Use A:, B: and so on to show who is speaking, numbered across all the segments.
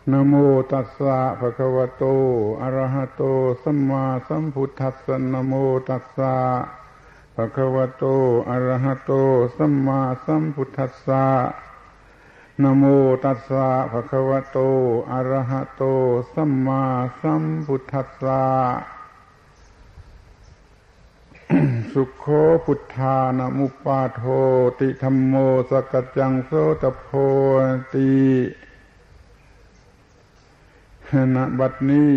A: นะโมตัสสะภะคะวะโตอะระหะโตสัมมาสัมพุทธัสสะนะโมตัสสะภะคะวะโตอะระหะโตสัมมาสัมพุทธัสสะนะโมตัสสะภะคะวะโตอะระหะโตสัมมาสัมพุทธัสสะสุโขพุทธานะมุปปาโทติธัมโมสักจจังโสตโพติณบัดนี้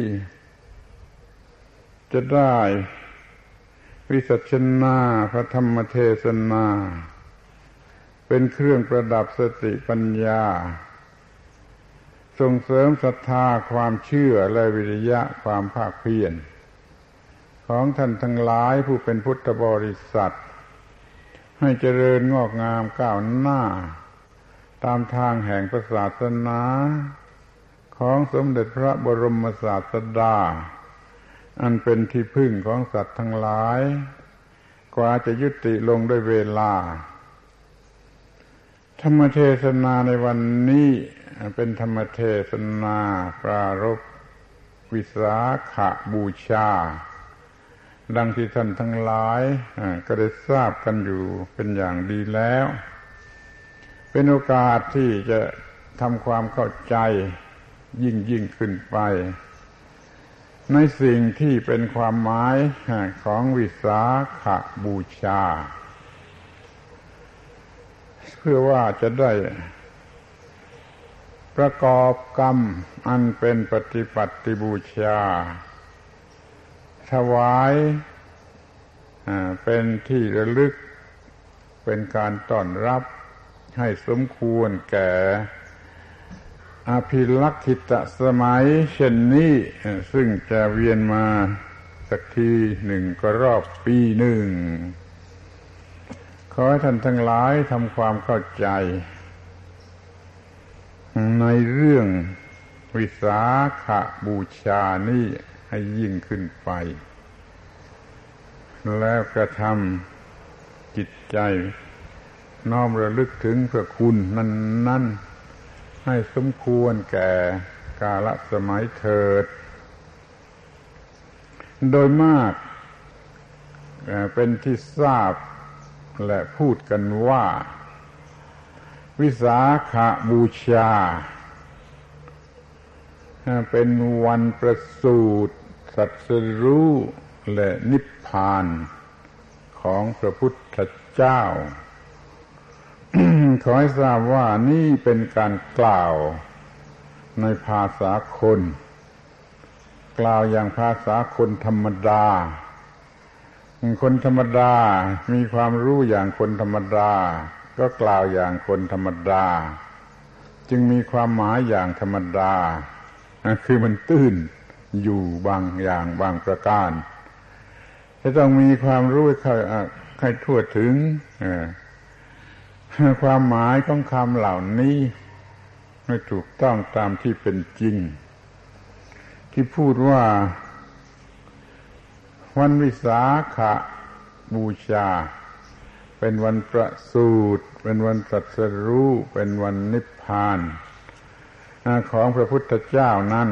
A: จะได้วิสัชนาพระธรรมเทศนาเป็นเครื่องประดับสติปัญญาส่งเสริมศรัทธาความเชื่อและวิริยะความภาคเพียรของท่านทั้งหลายผู้เป็นพุทธบริษัทให้เจริญงอกงามก้าวหน้าตามทางแห่งพระศาสนาของสมเด็จพระบรมศาสดาอันเป็นที่พึ่งของสัตว์ทั้งหลายกว่าจะยุติลงด้วยเวลาธรรมเทศนาในวันนี้เป็นธรรมเทศนาปรารภวิสาขบูชาดังที่ท่านทั้งหลายก็ได้ทราบกันอยู่เป็นอย่างดีแล้วเป็นโอกาสที่จะทำความเข้าใจยิ่งขึ้นไปในสิ่งที่เป็นความหมายของวิสาขบูชาเพื่อว่าจะได้ประกอบกรรมอันเป็นปฏิปัตติบูชาถวายเป็นที่ระลึกเป็นการต้อนรับให้สมควรแก่อภิลักขิตสมัยเช่นนี้ซึ่งจะเวียนมาสักทีหนึ่งก็รอบปีหนึ่งขอให้ท่านทั้งหลายทำความเข้าใจในเรื่องวิสาขบูชานี้ให้ยิ่งขึ้นไปแล้วกระทำจิตใจน้อมระลึกถึงพระคุณนั้นให้สมควรแก่กาลสมัยเถิดโดยมากเป็นที่ทราบและพูดกันว่าวิสาขบูชาเป็นวันประสูติตรัสรู้และนิพพานของพระพุทธเจ้า ขอให้ทราบว่านี่เป็นการกล่าวในภาษาคนกล่าวอย่างภาษาคนธรรมดาคนธรรมดามีความรู้อย่างคนธรรมดาก็กล่าวอย่างคนธรรมดาจึงมีความหมายอย่างธรรมดาคือมันตื้นอยู่บางอย่างบางประการจะต้องมีความรู้ให้ทั่วถึงความหมายของคำเหล่านี้ให้ถูกต้องตามที่เป็นจริงที่พูดว่าวันวิสาขบูชาเป็นวันประสูติเป็นวันตรัสรู้เป็นวันนิพพานของพระพุทธเจ้านั้น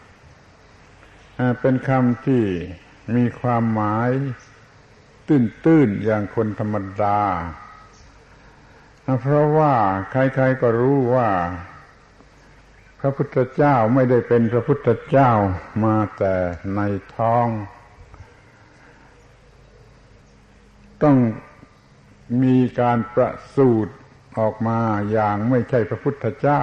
A: เป็นคำที่มีความหมายตื้นๆอย่างคนธรรมดาเพราะว่าใครๆก็รู้ว่าพระพุทธเจ้าไม่ได้เป็นพระพุทธเจ้ามาแต่ในท้องต้องมีการประสูติออกมาอย่างไม่ใช่พระพุทธเจ้า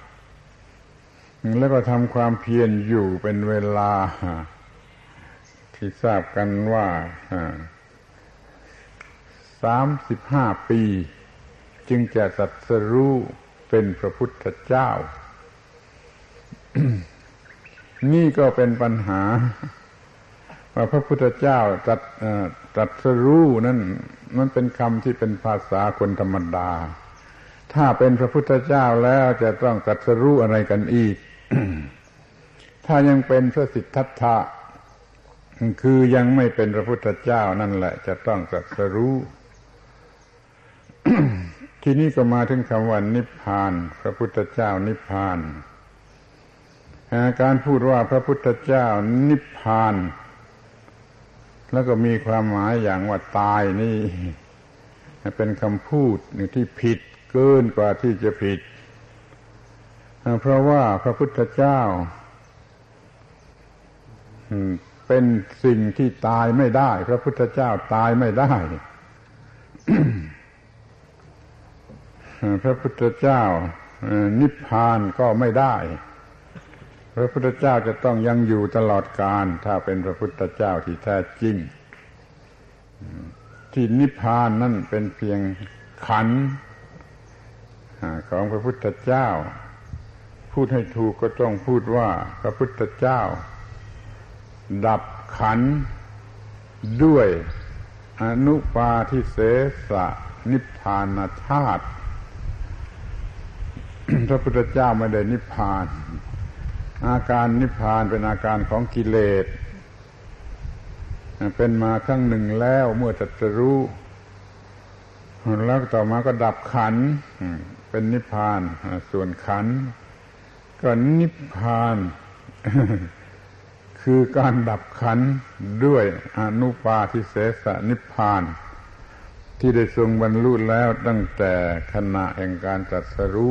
A: แล้วก็ทำความเพียรอยู่เป็นเวลาที่ทราบกันว่า35 ปีจึงจะตรัสรู้เป็นพระพุทธเจ้า นี่ก็เป็นปัญหาว่าพระพุทธเจ้าตรัสรู้นั้นมันเป็นคำที่เป็นภาษาคนธรรมดาถ้าเป็นพระพุทธเจ้าแล้วจะต้องตรัสรู้อะไรกันอีก ถ้ายังเป็นพระสิทธัตถะคือยังไม่เป็นพระพุทธเจ้านั่นแหละจะต้องตรัสรู้ ทีนี้ก็มาถึงคำว่านิพพานพระพุทธเจ้านิพพานการพูดว่าพระพุทธเจ้านิพพานแล้วก็มีความหมายอย่างว่าตายนี่เป็นคำพูดที่ผิดเกินกว่าที่จะผิดเพราะว่าพระพุทธเจ้าเป็นสิ่งที่ตายไม่ได้พระพุทธเจ้าตายไม่ได้ พระพุทธเจ้านิพพานก็ไม่ได้พระพุทธเจ้าจะต้องยังอยู่ตลอดกาลถ้าเป็นพระพุทธเจ้าที่แท้จริงที่นิพพานนั่นเป็นเพียงขันธ์ของพระพุทธเจ้าพูดให้ถูกก็ต้องพูดว่าพระพุทธเจ้าดับขันธ์ด้วยอนุปาทิเสสนิพพานธาตุ พระพุทธเจ้าไม่ได้นิพพานอาการนิพพานเป็นอาการของกิเลสเป็นมาครั้งหนึ่งแล้วเมื่อตรัสรู้แล้วต่อมาก็ดับขันธ์เป็นนิพพานส่วนขันธ์ก็นิพพาน คือการดับขันธ์ด้วยอนุปาทิเสสนิพพานที่ได้ทรงบรรลุแล้วตั้งแต่ขณะแห่งการตรัสรู้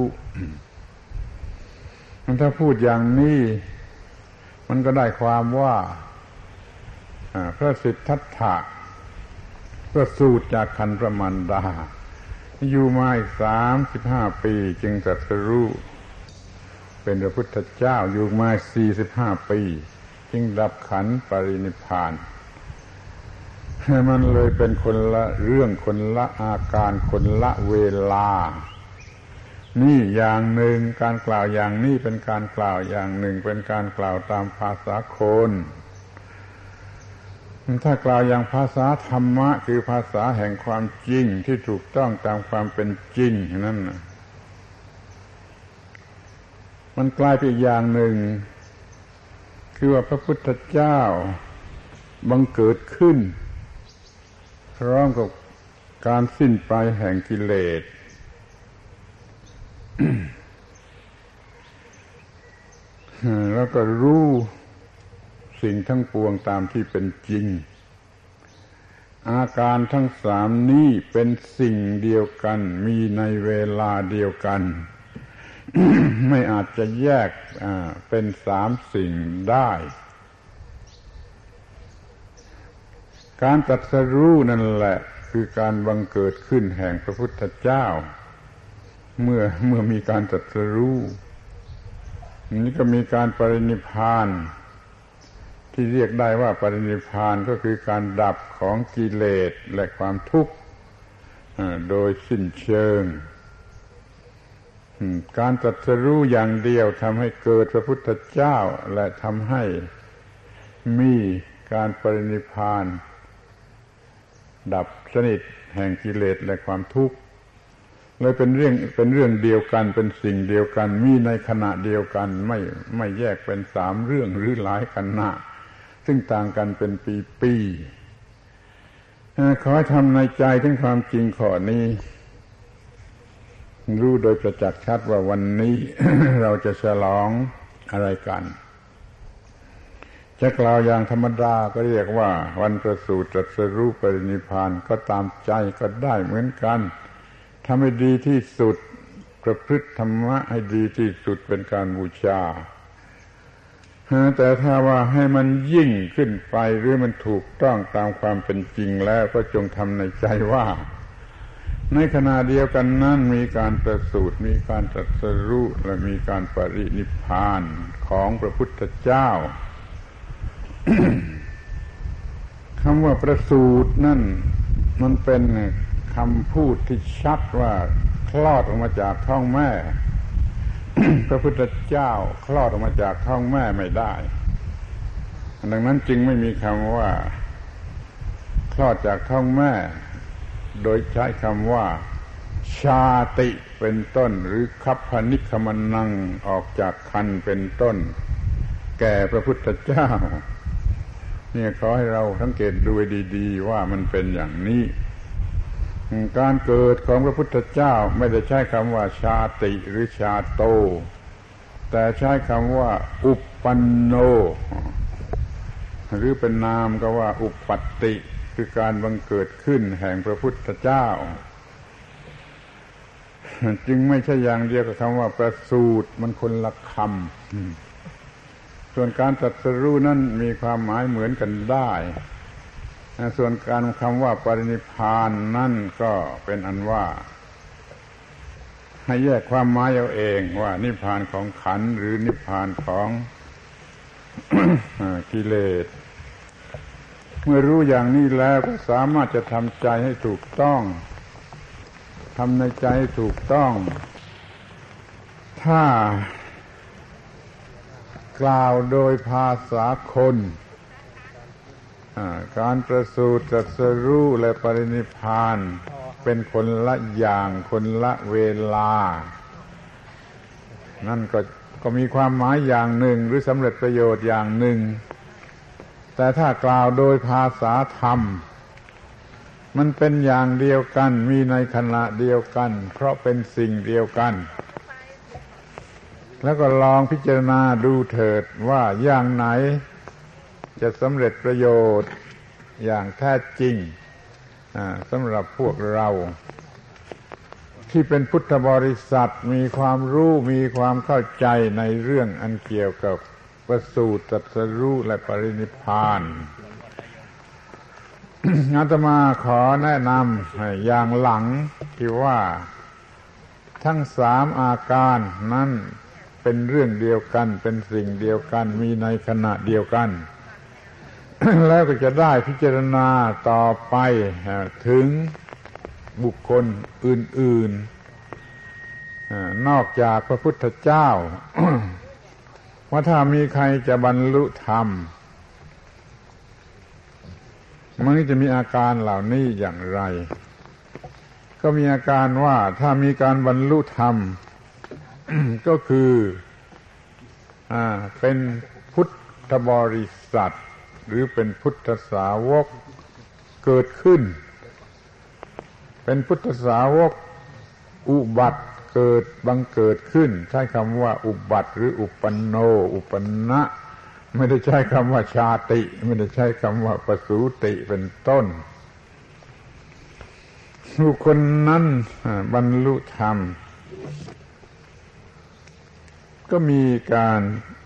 A: ถ้าพูดอย่างนี้มันก็ได้ความว่าพระสิทธัตถะประสูติจากครรภ์พระมารดาอยู่มาอีก35 ปีจึงตรัสรู้เป็นพระพุทธเจ้าอยู่มา45 ปีจึงดับขันธ์ปรินิพพานมันเลยเป็นคนละเรื่องคนละอาการคนละเวลานี่อย่างหนึ่งการกล่าวอย่างนี้เป็นการกล่าวอย่างหนึ่งเป็นการกล่าวตามภาษาคนถ้ากล่าวอย่างภาษาธรรมะคือภาษาแห่งความจริงที่ถูกต้องตามความเป็นจริงนั่นมันกลายเป็นอีกอย่างหนึ่งคือว่าพระพุทธเจ้าบังเกิดขึ้นพร้อมกับการสิ้นไปแห่งกิเลส แล้วก็รู้สิ่งทั้งปวงตามที่เป็นจริงอาการทั้งสามนี้เป็นสิ่งเดียวกันมีในเวลาเดียวกัน ไม่อาจจะแยกเป็น3 สิ่งได้การตรัสรู้นั่นแหละคือการบังเกิดขึ้นแห่งพระพุทธเจ้าเมื่อมีการตรัสรู้นี้ก็มีการปรินิพพานที่เรียกได้ว่าปรินิพพานก็คือการดับของกิเลสและความทุกข์โดยสิ้นเชิงการตรัสรู้อย่างเดียวทำให้เกิดพระพุทธเจ้าและทำให้มีการปรินิพพานดับสนิทแห่งกิเลสและความทุกข์เลยเป็นเรื่องเดียวกันเป็นสิ่งเดียวกันมีในขณะเดียวกันไม่แยกเป็น3 เรื่องหรือหลายขณะซึ่งต่างกันเป็นปีๆขอให้ทำในใจถึงความจริงข้อนี้รู้โดยประจักษ์ชัดว่าวันนี้ เราจะฉลองอะไรกันจะกล่าวอย่างธรรมดาก็เรียกว่าวันประสูติตรัสรู้ปรินิพพานก็ตามใจก็ได้เหมือนกันทำให้ดีที่สุดประพฤติธรรมะให้ดีที่สุดเป็นการบูชาแต่ถ้าว่าให้มันยิ่งขึ้นไปหรือมันถูกต้องตามความเป็นจริงแล้วก็จงทำในใจว่าในขณะเดียวกันนั้นมีการประสูติมีการตรัสรู้และมีการปรินิพพานของพระพุทธเจ้า คำว่าประสูตินั่นมันเป็นคำพูดที่ชัดว่าคลอดออกมาจากท้องแม่ พระพุทธเจ้าคลอดออกมาจากท้องแม่ไม่ได้ดังนั้นจึงไม่มีคำว่าคลอดจากท้องแม่โดยใช้คำว่าชาติเป็นต้นหรือคัพพนิคมนังออกจากครรภ์เป็นต้นแก่พระพุทธเจ้าเนี่ยขอให้เราสังเกตดูดีๆว่ามันเป็นอย่างนี้การเกิดของพระพุทธเจ้าไม่ได้ใช้คำว่าชาติหรือชาโตแแต่ใช้คำว่าอุปปันโนหรือเป็นนามก็ว่าอุปปัตติคือการบังเกิดขึ้นแห่งพระพุทธเจ้าจึงไม่ใช่อย่างเดียวกับคำว่าประสูติมันคนละคำส่วนการตรัสรู้นั้นมีความหมายเหมือนกันได้ส่วนการคำว่าปรินิพพานนั่นก็เป็นอันว่าให้แยกความหมายเอาเองว่านิพพานของขันธ์หรือนิพพานของ กิเลสเมื่อรู้อย่างนี้แล้วก็สามารถจะทำใจให้ถูกต้องทำในใจให้ถูกต้องถ้ากล่าวโดยภาษาคนการประสูติตรัสรู้และปรินิพพานเป็นคนละอย่างคนละเวลานั่นก็มีความหมายอย่างหนึ่งหรือสำเร็จประโยชน์อย่างหนึ่งแต่ถ้ากล่าวโดยภาษาธรรมมันเป็นอย่างเดียวกันมีในขณะเดียวกันเพราะเป็นสิ่งเดียวกันแล้วก็ลองพิจารณาดูเถิดว่าอย่างไหนจะสำเร็จประโยชน์อย่างแท้จริงสำหรับพวกเราที่เป็นพุทธบริษัทมีความรู้มีความเข้าใจในเรื่องอันเกี่ยวกับประสูติตรัสรู้และปรินิพพาน อาตมาขอแนะนำอย่างหลังที่ว่าทั้งสามอาการนั้นเป็นเรื่องเดียวกันเป็นสิ่งเดียวกันมีในขณะเดียวกัน แล้วก็จะได้พิจารณาต่อไปถึงบุคคลอื่นๆนอกจากพระพุทธเจ้า ว่าถ้ามีใครจะบรรลุธรรมมันจะมีอาการเหล่านี้อย่างไรก็มีอาการว่าถ้ามีการบรรลุธรรม ก็คือเป็นพุทธบริษัทหรือเป็นพุทธสาวกเกิดขึ้นเป็นพุทธสาวกอุบัติเกิดบังเกิดขึ้นใช้คำว่าอุบัติหรืออุปันโนอุปนะไม่ได้ใช้คำว่าชาติไม่ได้ใช้คำว่าปสูติเป็นต้นบุคคลนั้นบรรลุธรรมก็มีการ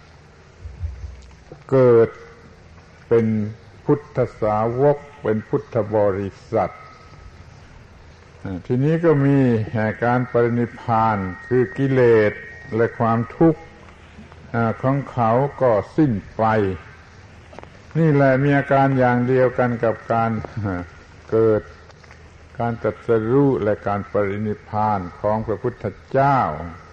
A: เกิดเป็นพุทธสาวกเป็นพุทธบริษัททีนี้ก็มีการปรินิพพานคือกิเลสและความทุกข์ของเขาก็สิ้นไปนี่แหละมีอาการอย่างเดียวกันกับการเกิดการตรัสรู้และการปรินิพพานของพระพุทธเจ้า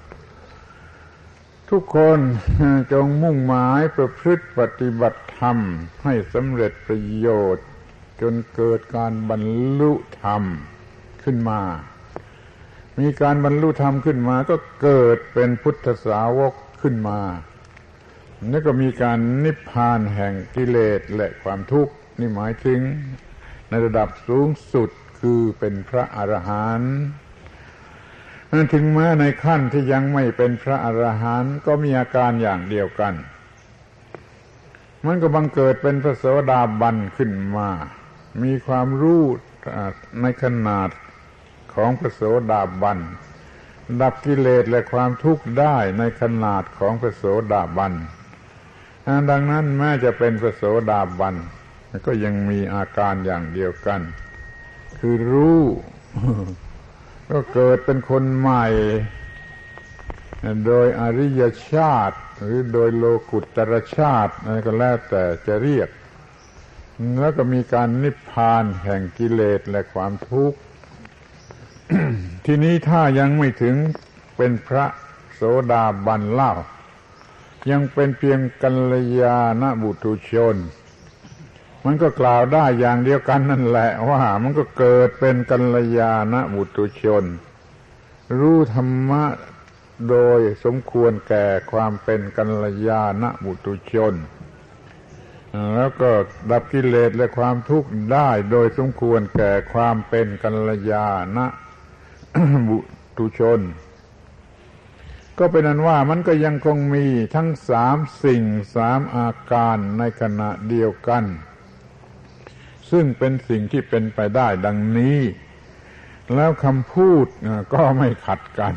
A: ทุกคนจงมุ่งหมายประพฤติปฏิบัติธรรมให้สำเร็จประโยชน์จนเกิดการบรรลุธรรมขึ้นมามีการบรรลุธรรมขึ้นมาก็เกิดเป็นพุทธสาวกขึ้นมาแล้วก็มีการนิพพานแห่งกิเลสและความทุกข์นี่หมายถึงในระดับสูงสุดคือเป็นพระอรหันต์ถึงแม้ในขั้นที่ยังไม่เป็นพระอรหันต์ก็มีอาการอย่างเดียวกันมันก็บังเกิดเป็นพระโสดาบันขึ้นมามีความรู้ในขนาดของพระโสดาบันดับกิเลสและความทุกข์ได้ในขนาดของพระโสดาบันดังนั้นแม้จะเป็นพระโสดาบันก็ยังมีอาการอย่างเดียวกันคือรู้ก็เกิดเป็นคนใหม่โดยอริยชาติหรือโดยโลกุตตรชาติอะไรก็แล้วแต่จะเรียกแล้วก็มีการนิพพานแห่งกิเลสและความทุกข์ ทีนี้ถ้ายังไม่ถึงเป็นพระโสดาบันเล่ายังเป็นเพียงกัลยาณบุตุชนมันก็กล่าวได้อย่างเดียวกันนั่นแหละว่ามันก็เกิดเป็นกัลยาณบุตุชนรู้ธรรมะโดยสมควรแก่ความเป็นกัลยาณบุตุชนแล้วก็ดับกิเลสและความทุกข์ได้โดยสมควรแก่ความเป็นกัลยาณบุตุชนก็เป็นนั้นว่ามันก็ยังคงมีทั้ง3 สิ่ง3 อาการในขณะเดียวกันซึ่งเป็นสิ่งที่เป็นไปได้ดังนี้แล้วคำพูดก็ไม่ขัดกัน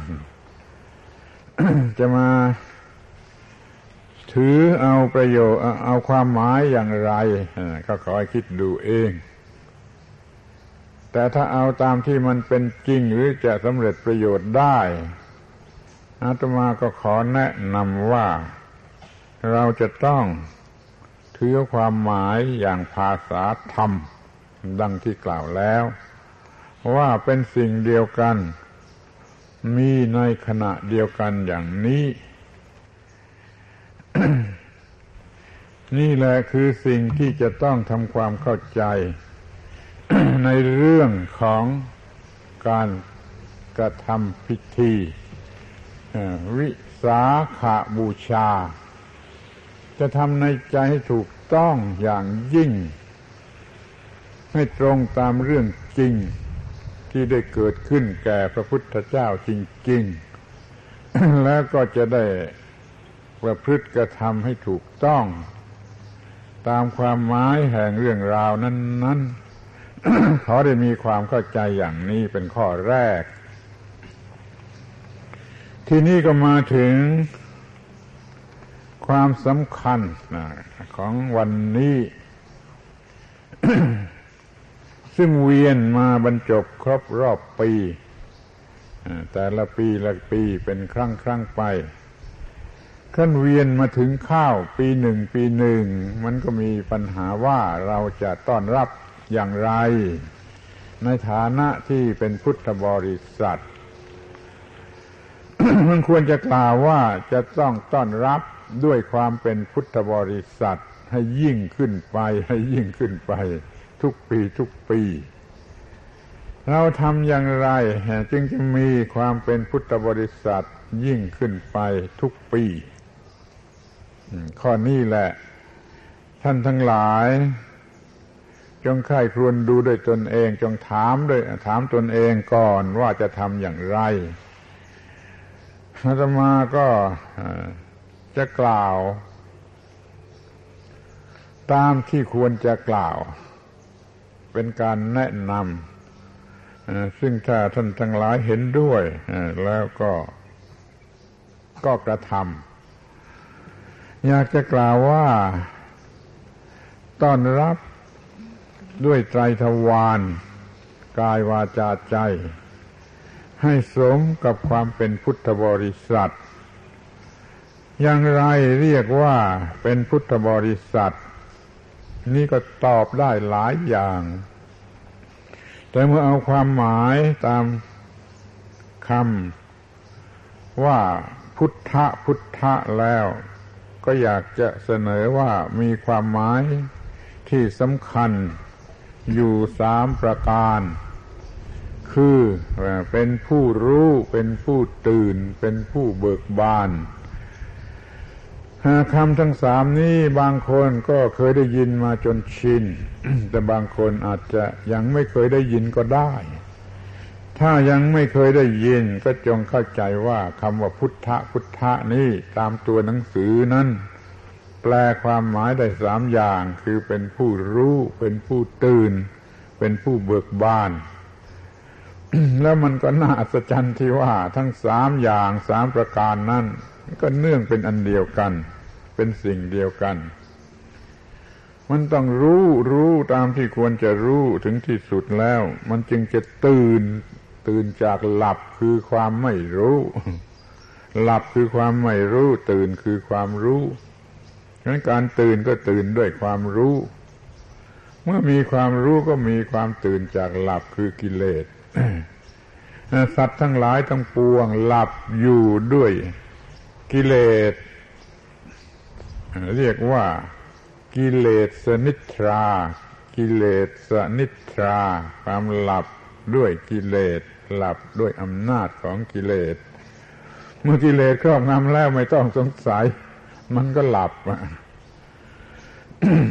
A: จะมาถือเอาประโยชน์เอาความหมายอย่างไรก็ขอให้คิดดูเองแต่ถ้าเอาตามที่มันเป็นจริงหรือจะสำเร็จประโยชน์ได้อาตมาก็ขอแนะนำว่าเราจะต้องถือความหมายอย่างภาษาธรรมดังที่กล่าวแล้วว่าเป็นสิ่งเดียวกันมีในขณะเดียวกันอย่างนี้ นี่แหละคือสิ่งที่จะต้องทำความเข้าใจ ในเรื่องของการกระทำพิธีวิสาขบูชาจะทำในใจให้ถูกต้องอย่างยิ่งให้ตรงตามเรื่องจริงที่ได้เกิดขึ้นแก่พระพุทธเจ้าจริงๆ แล้วก็จะได้ประพฤติกระทำให้ถูกต้องตามความหมายแห่งเรื่องราวนั้นๆ ขอได้มีความเข้าใจอย่างนี้เป็นข้อแรกทีนี้ก็มาถึงความสำคัญของวันนี้ ซึ่งเวียนมาบรรจบครบรอบปีแต่ละปีละปีเป็นครั้งไปขั้นเวียนมาถึงข้าวปีหนึ่งมันก็มีปัญหาว่าเราจะต้อนรับอย่างไรในฐานะที่เป็นพุทธบริษัท มันควรจะกล่าวว่าจะต้องต้อนรับด้วยความเป็นพุทธบริษัทให้ยิ่งขึ้นไปทุกปีเราทำอย่างไรจึงจะมีความเป็นพุทธบริษัทยิ่งขึ้นไปทุกปีข้อนี้แหละท่านทั้งหลายจงใคร่ครวญดูด้วยตนเองจงถามตนเองก่อนว่าจะทำอย่างไรอาตมาก็จะกล่าวตามที่ควรจะกล่าวเป็นการแนะนำซึ่งถ้าท่านทั้งหลายเห็นด้วยแล้วก็กระทำอยากจะกล่าวว่าต้อนรับด้วยไตรทวารกายวาจาใจให้สมกับความเป็นพุทธบริษัทอย่างไรเรียกว่าเป็นพุทธบริษัทนี่ก็ตอบได้หลายอย่างแต่เมื่อเอาความหมายตามคำว่าพุทธะแล้วก็อยากจะเสนอว่ามีความหมายที่สำคัญอยู่3 ประการคือเป็นผู้รู้เป็นผู้ตื่นเป็นผู้เบิกบานคำทั้ง3นี้บางคนก็เคยได้ยินมาจนชิน แต่บางคนอาจจะยังไม่เคยได้ยินก็ได้ถ้ายังไม่เคยได้ยินก็จงเข้าใจว่าคำว่าพุทธะนี้ตามตัวหนังสือนั้นแปลความหมายได้3 อย่างคือเป็นผู้รู้เป็นผู้ตื่นเป็นผู้เบิกบาน แล้วมันก็น่าอัศจรรย์ที่ว่าทั้ง3 อย่าง3 ประการนั้นก็เนื่องเป็นอันเดียวกันเป็นสิ่งเดียวกันมันต้องรู้ตามที่ควรจะรู้ถึงที่สุดแล้วมันจึงจะตื่นจากหลับคือความไม่รู้หลับคือความไม่รู้ตื่นคือความรู้ฉะนั้นการตื่นก็ตื่นด้วยความรู้เมื่อมีความรู้ก็มีความตื่นจากหลับคือกิเลส สัตว์ทั้งหลายทั้งปวงหลับอยู่ด้วยกิเลสเรียกว่ากิเลสนิทราความหลับด้วยกิเลสหลับด้วยอำนาจของกิเลสเมื่อกิเลสครอบงำแล้วไม่ต้องสงสัยมันก็หลับ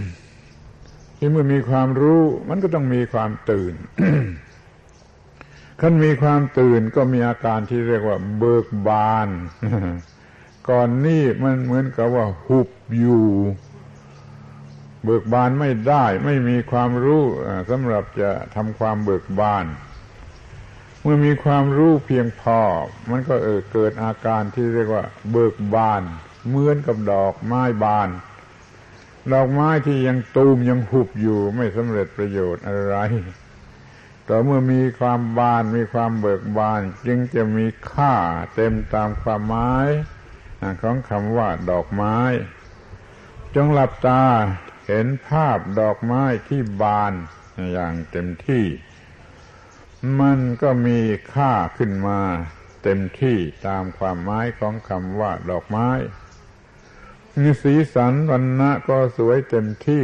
A: ที่เมื่อมีความรู้มันก็ต้องมีความตื่นขั้นมีความตื่นก็มีอาการที่เรียกว่าเบิกบานก่อนนี้มันเหมือนกับว่าหุบอยู่เบิกบานไม่ได้ไม่มีความรู้สำหรับจะทำความเบิกบานเมื่อมีความรู้เพียงพอมันก็เกิดอาการที่เรียกว่าเบิกบานเหมือนกับดอกไม้บานดอกไม้ที่ยังตูมยังหุบอยู่ไม่สำเร็จประโยชน์อะไรแต่เมื่อมีความบานมีความเบิกบานจึงจะมีค่าเต็มตามความหมายของคำว่าดอกไม้จงหลับตาเห็นภาพดอกไม้ที่บานอย่างเต็มที่มันก็มีค่าขึ้นมาเต็มที่ตามความหมายของคำว่าดอกไม้มีสีสันวรรณะก็สวยเต็มที่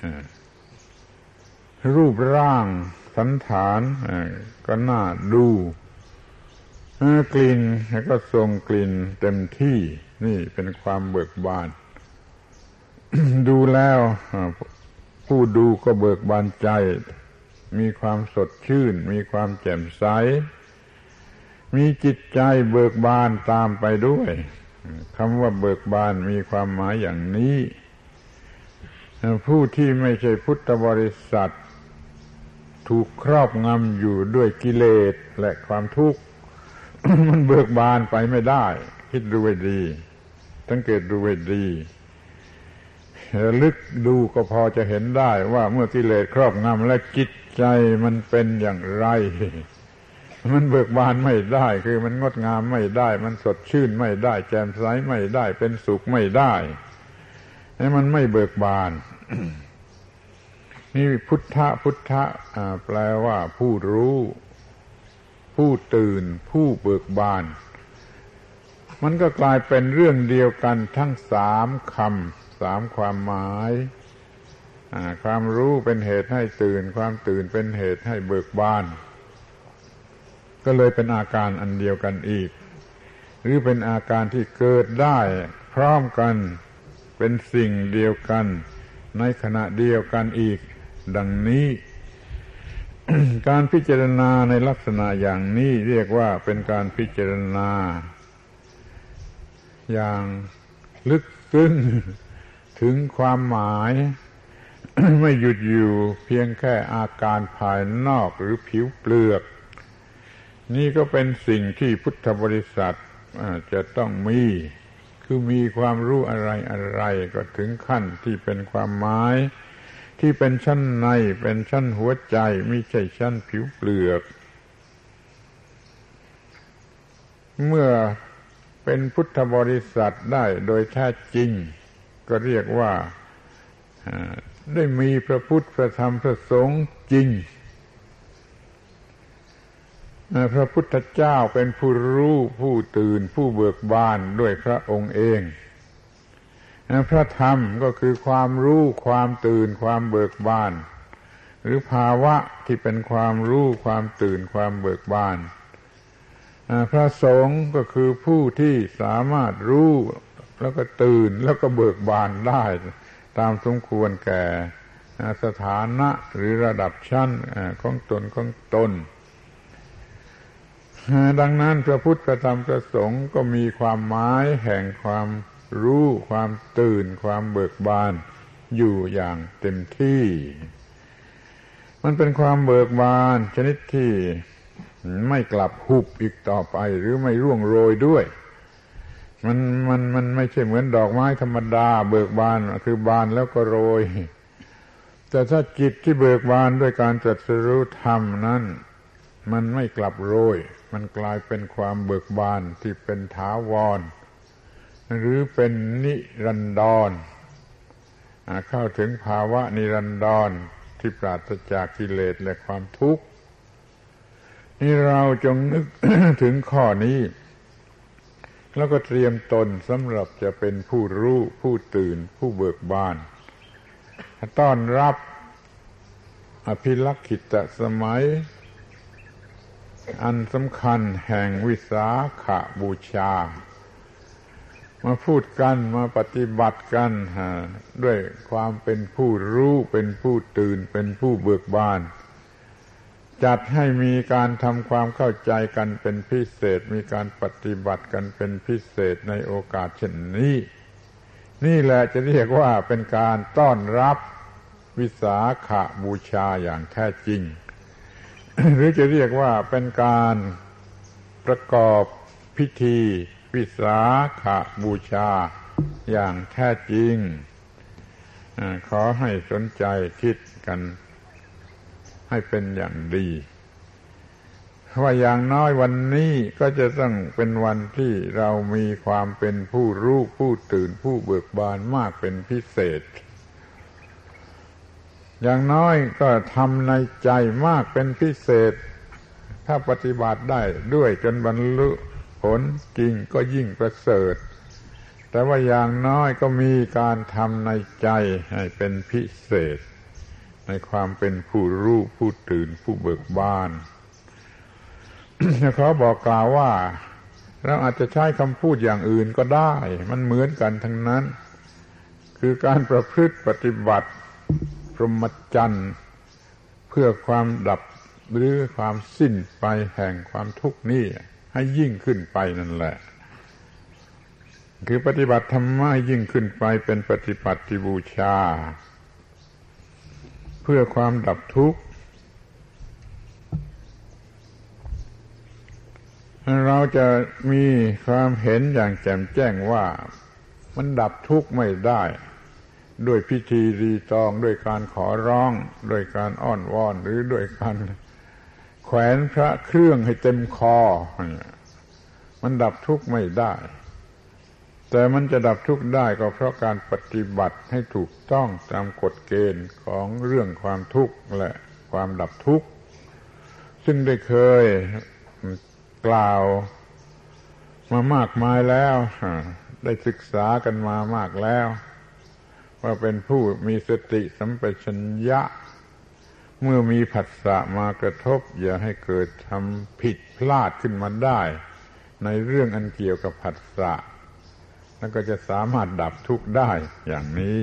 A: รูปร่างสันฐานก็น่าดูกลิ่นก็ทรงกลิ่นเต็มที่นี่เป็นความเบิกบาน ดูแล้วผู้ดูก็เบิกบานใจมีความสดชื่นมีความแจ่มใสมีจิตใจเบิกบานตามไปด้วยคำว่าเบิกบานมีความหมายอย่างนี้ผู้ที่ไม่ใช่พุทธบริษัทถูกครอบงำอยู่ด้วยกิเลสและความทุกข์ มันเบิกบานไปไม่ได้คิดดูให้ดีสังเกตดูให้ดีระลึกดูก็พอจะเห็นได้ว่าเมื่อกิเลสครอบงำและจิตใจมันเป็นอย่างไรมันเบิกบานไม่ได้คือมันงดงามไม่ได้มันสดชื่นไม่ได้แจ่มใสไม่ได้เป็นสุขไม่ได้มันไม่เบิกบาน นี่พุทธะแปลว่าผู้รู้ผู้ตื่นผู้เบิกบานมันก็กลายเป็นเรื่องเดียวกันทั้ง3คำ3ความหมายความรู้เป็นเหตุให้ตื่นความตื่นเป็นเหตุให้เบิกบานก็เลยเป็นอาการอันเดียวกันอีกหรือเป็นอาการที่เกิดได้พร้อมกันเป็นสิ่งเดียวกันในขณะเดียวกันอีกดังนี้ การพิจารณาในลักษณะอย่างนี้เรียกว่าเป็นการพิจารณาอย่างลึกซึ้งถึงความหมาย ไม่หยุดอยู่เพียงแค่อาการภายนอกหรือผิวเปลือกนี่ก็เป็นสิ่งที่พุทธบริษัทจะต้องมีคือมีความรู้อะไรก็ถึงขั้นที่เป็นความหมายที่เป็นชั้นในเป็นชั้นหัวใจไม่ใช่ชั้นผิวเปลือกเมื่อเป็นพุทธบริษัทได้โดยแท้จริงก็เรียกว่าได้มีพระพุทธพระธรรมพระสงฆ์จริงพระพุทธเจ้าเป็นผู้รู้ผู้ตื่นผู้เบิกบานด้วยพระองค์เองพระธรรมก็คือความรู้ความตื่นความเบิกบานหรือภาวะที่เป็นความรู้ความตื่นความเบิกบานพระสงฆ์ก็คือผู้ที่สามารถรู้แล้วก็ตื่นแล้วก็เบิกบานได้ตามสมควรแก่สถานะหรือระดับชั้นของตนดังนั้นพระพุทธพระธรรมพระสงฆ์ก็มีความหมายแห่งความรู้ความตื่นความเบิกบานอยู่อย่างเต็มที่มันเป็นความเบิกบานชนิดที่ไม่กลับหุบอีกต่อไปหรือไม่ร่วงโรยด้วยมันไม่ใช่เหมือนดอกไม้ธรรมดาเบิกบานคือบานแล้วก็โรยแต่ถ้าจิตที่เบิกบานด้วยการตรัสรู้ธรรมนั้นมันไม่กลับโรยมันกลายเป็นความเบิกบานที่เป็นถาวรหรือเป็นนิรันดรเข้าถึงภาวะนิรันดรที่ปราศจากกิเลสและความทุกข์นี่เราจงนึก ถึงข้อนี้แล้วก็เตรียมตนสำหรับจะเป็นผู้รู้ผู้ตื่นผู้เบิกบานต้อนรับอภิลักขิตสมัยอันสำคัญแห่งวิสาขบูชามาพูดกันมาปฏิบัติกันด้วยความเป็นผู้รู้เป็นผู้ตื่นเป็นผู้เบิกบานจัดให้มีการทำความเข้าใจกันเป็นพิเศษมีการปฏิบัติกันเป็นพิเศษในโอกาสเช่นนี้นี่แหละจะเรียกว่าเป็นการต้อนรับวิสาขบูชาอย่างแท้จริง หรือจะเรียกว่าเป็นการประกอบพิธีวิสาขบูชาอย่างแท้จริงขอให้สนใจคิดกันให้เป็นอย่างดีว่าอย่างน้อยวันนี้ก็จะต้องเป็นวันที่เรามีความเป็นผู้รู้ผู้ตื่นผู้เบิกบานมากเป็นพิเศษอย่างน้อยก็ทำในใจมากเป็นพิเศษถ้าปฏิบัติได้ด้วยจนบรรลุผลจริงก็ยิ่งประเสริฐแต่ว่าอย่างน้อยก็มีการทำในใจให้เป็นพิเศษในความเป็นผู้รู้ผู้ตื่นผู้เบิกบาน เขาบอกกล่าวว่าเราอาจจะใช้คำพูดอย่างอื่นก็ได้มันเหมือนกันทั้งนั้นคือการประพฤติปฏิบัติพรหมจรรย์เพื่อความดับหรือความสิ้นไปแห่งความทุกข์นี้ให้ยิ่งขึ้นไปนั่นแหละคือปฏิบัติธรรมะยิ่งขึ้นไปเป็นปฏิบัติบูชาเพื่อความดับทุกข์เราจะมีความเห็นอย่างแจ่มแจ้งว่ามันดับทุกข์ไม่ได้ด้วยพิธีรีตองด้วยการขอร้องด้วยการอ้อนวอนหรือด้วยการแขวนพระเครื่องให้เต็มคอมันดับทุกข์ไม่ได้แต่มันจะดับทุกข์ได้ก็เพราะการปฏิบัติให้ถูกต้องตามกฎเกณฑ์ของเรื่องความทุกข์และความดับทุกข์ซึ่งได้เคยกล่าวมามากมายแล้วได้ศึกษากันมามากแล้วว่าเป็นผู้มีสติสัมปชัญญะเมื่อมีผัสสะมากระทบอย่าให้เกิดทำผิดพลาดขึ้นมาได้ในเรื่องอันเกี่ยวกับผัสสะแล้วก็จะสามารถดับทุกข์ได้อย่างนี้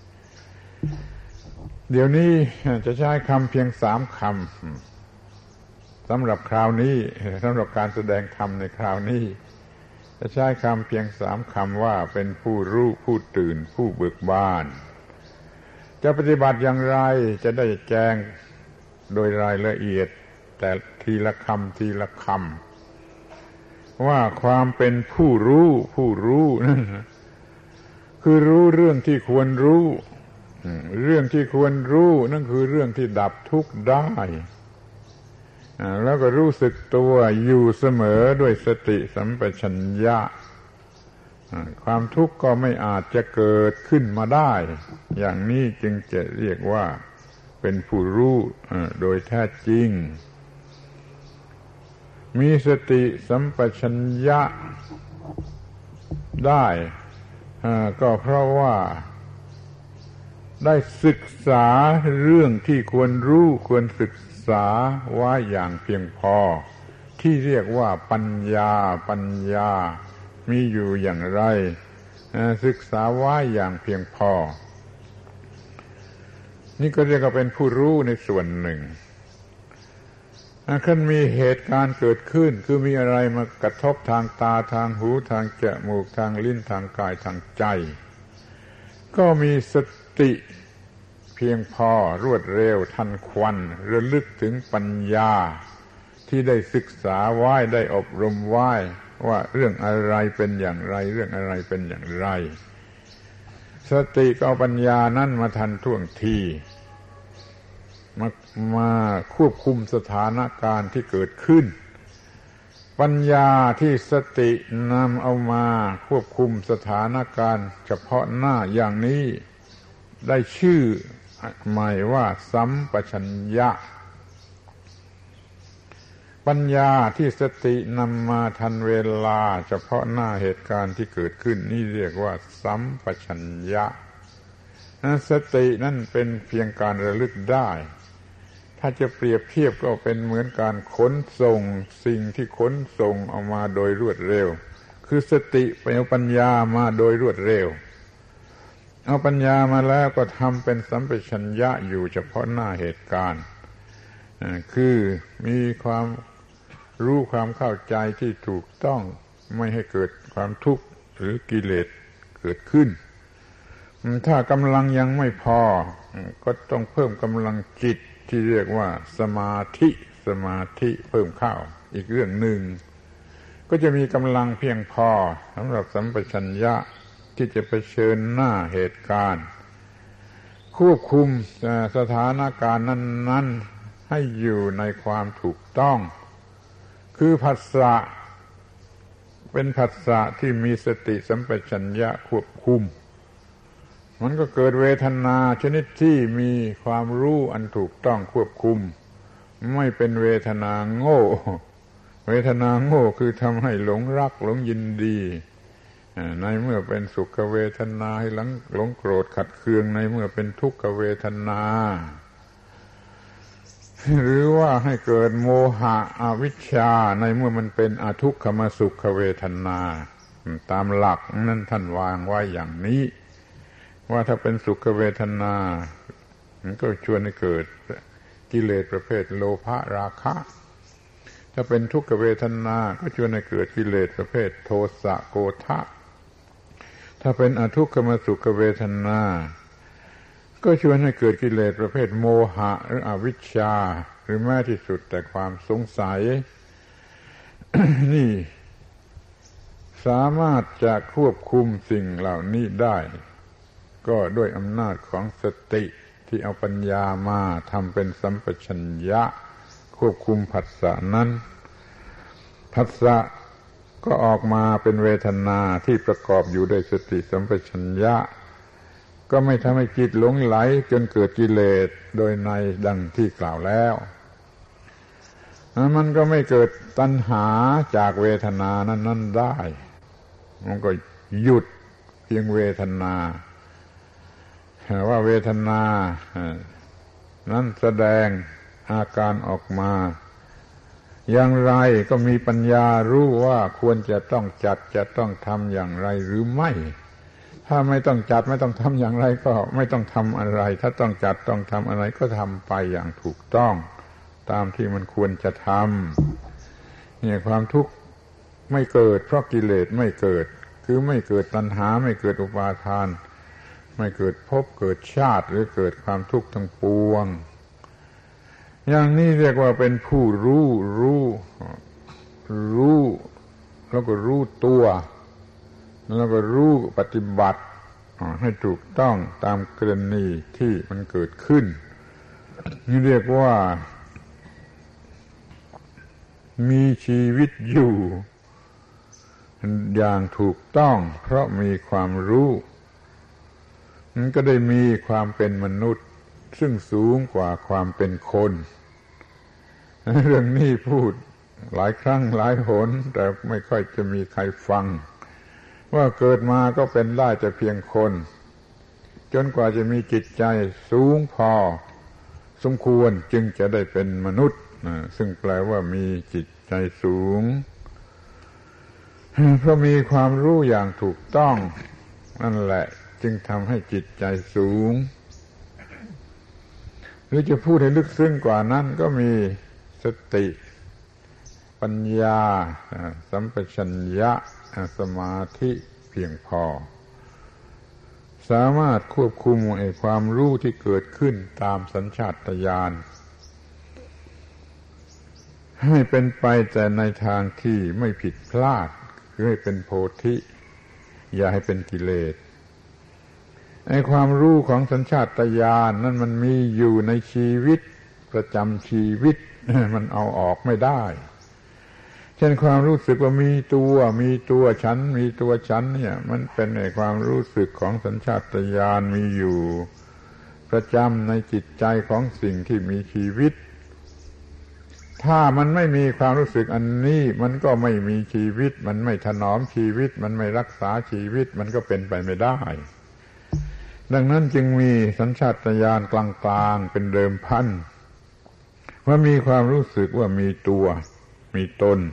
A: เดี๋ยวนี้จะใช้คำเพียง3 คำสำหรับคราวนี้สำหรับการแสดงธรรมในคราวนี้จะใช้คำเพียง3 คำว่าเป็นผู้รู้ผู้ตื่นผู้เบิกบานจะปฏิบัติอย่างไรจะได้แจ้งโดยรายละเอียดแต่ทีละคำทีละคำว่าความเป็นผู้รู้นั่นคือรู้เรื่องที่ควรรู้เรื่องที่ควรรู้นั่นคือเรื่องที่ดับทุกข์ได้แล้วก็รู้สึกตัวอยู่เสมอด้วยสติสัมปชัญญะความทุกข์ก็ไม่อาจจะเกิดขึ้นมาได้อย่างนี้จึงจะเรียกว่าเป็นผู้รู้โดยแท้จริงมีสติสัมปชัญญะได้ก็เพราะว่าได้ศึกษาเรื่องที่ควรรู้ควรศึกษาไว้อย่างเพียงพอที่เรียกว่าปัญญามีอยู่อย่างไรศึกษาไว้อย่างเพียงพอนี่ก็เรียกว่าเป็นผู้รู้ในส่วนหนึ่งขั้นมีเหตุการณ์เกิดขึ้นคือมีอะไรมากระทบทางตาทางหูทางจมูกทางลิ้นทางกายทางใจก็มีสติเพียงพอรวดเร็วทันควันระลึกถึงปัญญาที่ได้ศึกษาไว้ได้อบรมไว้ว่าเรื่องอะไรเป็นอย่างไรเรื่องอะไรเป็นอย่างไรสติก็เอาปัญญานั้นมาทันท่วงทีมาควบคุมสถานการณ์ที่เกิดขึ้นปัญญาที่สตินำเอามาควบคุมสถานการณ์เฉพาะหน้าอย่างนี้ได้ชื่อใหม่ว่าสัมปชัญญะปัญญาที่สตินำมาทันเวลาเฉพาะหน้าเหตุการณ์ที่เกิดขึ้นนี่เรียกว่าสัมปชัญญะสตินั่นเป็นเพียงการระลึกได้ถ้าจะเปรียบเทียบก็เป็นเหมือนการขนส่งสิ่งที่ขนส่งออกมาโดยรวดเร็วคือสติไปเอาปัญญามาโดยรวดเร็วเอาปัญญามาแล้วก็ทำเป็นสัมปชัญญะอยู่เฉพาะหน้าเหตุการณ์คือมีความรู้ความเข้าใจที่ถูกต้องไม่ให้เกิดความทุกข์หรือกิเลสเกิดขึ้นถ้ากำลังยังไม่พอก็ต้องเพิ่มกำลังจิตที่เรียกว่าสมาธิเพิ่มเข้าอีกเรื่องหนึ่งก็จะมีกำลังเพียงพอสำหรับสัมปชัญญะที่จะเผชิญหน้าเหตุการณ์ควบคุมสถานการณ์นั้นๆให้อยู่ในความถูกต้องคือผัสสะเป็นผัสสะที่มีสติสัมปชัญญะควบคุมมันก็เกิดเวทนาชนิดที่มีความรู้อันถูกต้องควบคุมไม่เป็นเวทนาโง่เวทนาโง่คือทำให้หลงรักหลงยินดีในเมื่อเป็นสุขเวทนาให้หลงโกรธขัดเคืองในเมื่อเป็นทุกขเวทนาหรือว่าให้เกิดโมหะอวิชชาในเมื่อมันเป็นอทุกขมสุขเวทนาตามหลักนั้นท่านวางไว้อย่างนี้ว่าถ้าเป็นสุขเวทนามันก็ชวนให้เกิดกิเลสประเภทโลภะราคะถ้าเป็นทุกขเวทนาก็ชวนให้เกิดกิเลสประเภทโทสะโกฏฐะถ้าเป็นอทุกขมสุขเวทนาก็ชวนให้เกิดกิเลสประเภทโมหะหรืออวิชชาหรือแม้ที่สุดแต่ความสงสัย นี่สามารถจะควบคุมสิ่งเหล่านี้ได้ก็ด้วยอำนาจของสติที่เอาปัญญามาทำเป็นสัมปชัญญะควบคุมผัสสะนั้นผัสสะก็ออกมาเป็นเวทนาที่ประกอบอยู่ด้วยสติสัมปชัญญะก็ไม่ทำให้จิตหลงไหลจนเกิดกิเลสโดยในดังที่กล่าวแล้วมันก็ไม่เกิดตัณหาจากเวทนานั้นได้มันก็หยุดเพียงเวทนาว่าเวทนานั้นแสดงอาการออกมาอย่างไรก็มีปัญญารู้ว่าควรจะต้องจัดจะต้องทำอย่างไรหรือไม่ถ้าไม่ต้องจัดไม่ต้องทำอย่างไรก็ไม่ต้องทำอะไรถ้าต้องจัดต้องทำอะไรก็ทำไปอย่างถูกต้องตามที่มันควรจะทำเนี่ยความทุกข์ไม่เกิดเพราะกิเลสไม่เกิดคือไม่เกิดตัณหาไม่เกิดอุปาทานไม่เกิดภพเกิดชาติหรือเกิดความทุกข์ทั้งปวงอย่างนี้เรียกว่าเป็นผู้รู้แล้วก็รู้ตัวแล้วก็รู้ปฏิบัติให้ถูกต้องตามกรณีที่มันเกิดขึ้นนี่เรียกว่ามีชีวิตอยู่อย่างถูกต้องเพราะมีความรู้มันก็ได้มีความเป็นมนุษย์ซึ่งสูงกว่าความเป็นคนเรื่องนี้พูดหลายครั้งหลายหนแต่ไม่ค่อยจะมีใครฟังว่าเกิดมาก็เป็นได้แต่เพียงคนจนกว่าจะมีจิตใจสูงพอสมควรจึงจะได้เป็นมนุษย์ซึ่งแปลว่ามีจิตใจสูงเพราะมีความรู้อย่างถูกต้องนั่นแหละจึงทำให้จิตใจสูงหรือจะพูดให้ลึกซึ้งกว่านั้นก็มีสติปัญญาสัมปชัญญะสมาธิเพียงพอสามารถควบคุมไอ้ความรู้ที่เกิดขึ้นตามสัญชาตญาณให้เป็นไปแต่ในทางที่ไม่ผิดพลาดคือให้เป็นโพธิอย่าให้เป็นกิเลสไอ้ความรู้ของสัญชาตญาณนั่นมันมีอยู่ในชีวิตประจำชีวิตมันเอาออกไม่ได้เช่นความรู้สึกว่ามีตัวฉันมีตัวฉันเนี่ยมันเป็นไอ้ความรู้สึกของสัญชาตญาณมีอยู่ประจำในจิตใจของสิ่งที่มีชีวิตถ้ามันไม่มีความรู้สึกอันนี้มันก็ไม่มีชีวิตมันไม่ถนอมชีวิตมันไม่รักษาชีวิตมันก็เป็นไปไม่ได้ดังนั้นจึงมีสัญชาตญาณกลางๆเป็นเดิมพันว่ามีความรู้สึกว่ามีตัวมีตน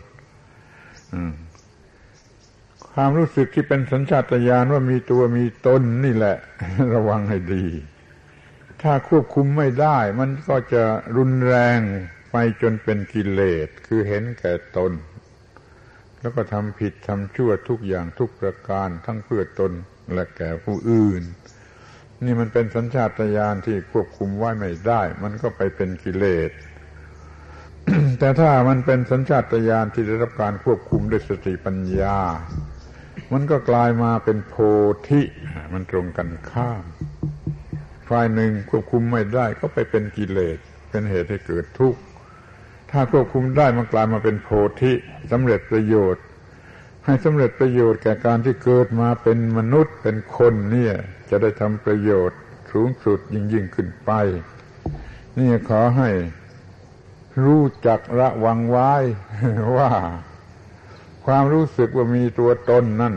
A: ความรู้สึกที่เป็นสัญชาตญาณว่ามีตัวมีตนนี่แหละระวังให้ดีถ้าควบคุมไม่ได้มันก็จะรุนแรงไปจนเป็นกิเลสคือเห็นแก่ตนแล้วก็ทำผิดทำชั่วทุกอย่างทุกประการทั้งเพื่อตนและแก่ผู้อื่นนี่มันเป็นสัญชาตญาณที่ควบคุมไว้ไม่ได้มันก็ไปเป็นกิเลส แต่ถ้ามันเป็นสัญชาตญาณที่ได้รับการควบคุมด้วยสติปัญญามันก็กลายมาเป็นโพธิมันตรงกันข้ามฝ่ายหนึ่งควบคุมไม่ได้ก็ไปเป็นกิเลสเป็นเหตุให้เกิดทุกข์ถ้าควบคุมได้มันกลายมาเป็นโพธิสำเร็จประโยชน์ให้สำเร็จประโยชน์แก่การที่เกิดมาเป็นมนุษย์เป็นคนเนี่ยจะได้ทำประโยชน์สูงสุดยิ่งขึ้นไปนี่ขอให้รู้จักระวังไว้ว่าความรู้สึกว่ามีตัวตนนั่น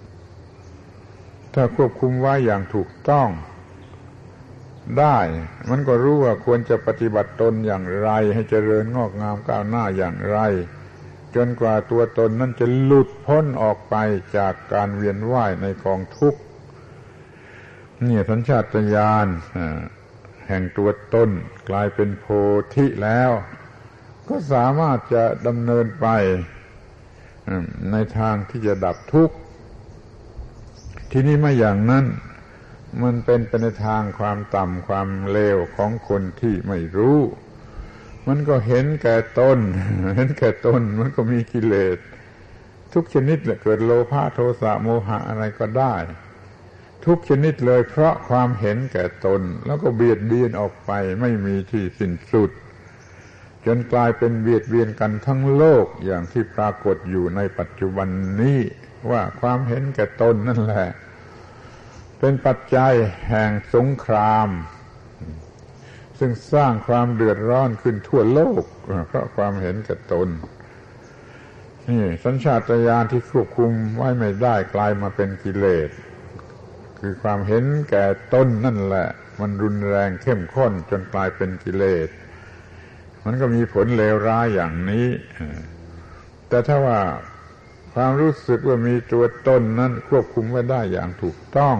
A: ถ้าควบคุมไว้อย่างถูกต้องได้มันก็รู้ว่าควรจะปฏิบัติตนอย่างไรให้เจริญงอกงามก้าวหน้าอย่างไรจนกว่าตัวตนนั้นจะหลุดพ้นออกไปจากการเวียนว่ายในกองทุกข์นี่สัญชาตญาณแห่งตัวตนกลายเป็นโพธิแล้วก็สามารถจะดำเนินไปในทางที่จะดับทุกข์ที่นี่ไม่อย่างนั้นมันเป็นไปในทางความต่ำความเลวของคนที่ไม่รู้มันก็เห็นแก่ตนเห็นแก่ตนมันก็มีกิเลสทุกชนิดแหละเกิดโลภะโทสะโมหะอะไรก็ได้ทุกชนิดเลยเพราะความเห็นแก่ตนแล้วก็เบียดเบียนออกไปไม่มีที่สิ้นสุดจนกลายเป็นเบียดเบียนกันทั้งโลกอย่างที่ปรากฏอยู่ในปัจจุบันนี้ว่าความเห็นแก่ตนนั่นแหละเป็นปัจจัยแห่งสงครามซึ่งสร้างความเดือดร้อนขึ้นทั่วโลกเพราะความเห็นแก่ตนนี่สัญชาตญาณที่ควบคุมไว้ไม่ได้กลายมาเป็นกิเลสคือความเห็นแก่ตนนั่นแหละมันรุนแรงเข้มข้นจนกลายเป็นกิเลสมันก็มีผลเลวร้ายอย่างนี้แต่ถ้าว่าความรู้สึกว่ามีตัวตนนั้นควบคุมไว้ได้อย่างถูกต้อง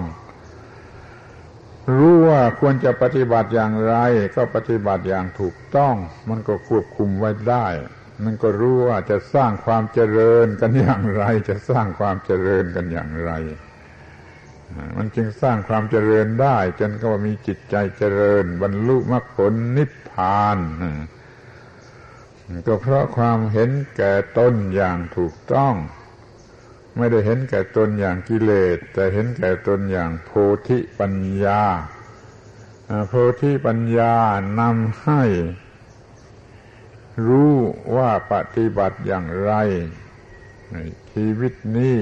A: รู้ว่าควรจะปฏิบัติอย่างไรก็ปฏิบัติอย่างถูกต้องมันก็ควบคุมไว้ได้มันก็รู้ว่าจะสร้างความเจริญกันอย่างไรจะสร้างความเจริญกันอย่างไรมันจึงสร้างความเจริญได้จนก็มีจิตใจเจริญบรรลุมรรคผลนิพพานก็เพราะความเห็นแก่ตนอย่างถูกต้องไม่ได้เห็นแก่ตนอย่างกิเลสแต่เห็นแก่ตนอย่างโพธิปัญญาโพธิปัญญานำให้รู้ว่าปฏิบัติอย่างไรในชีวิตนี้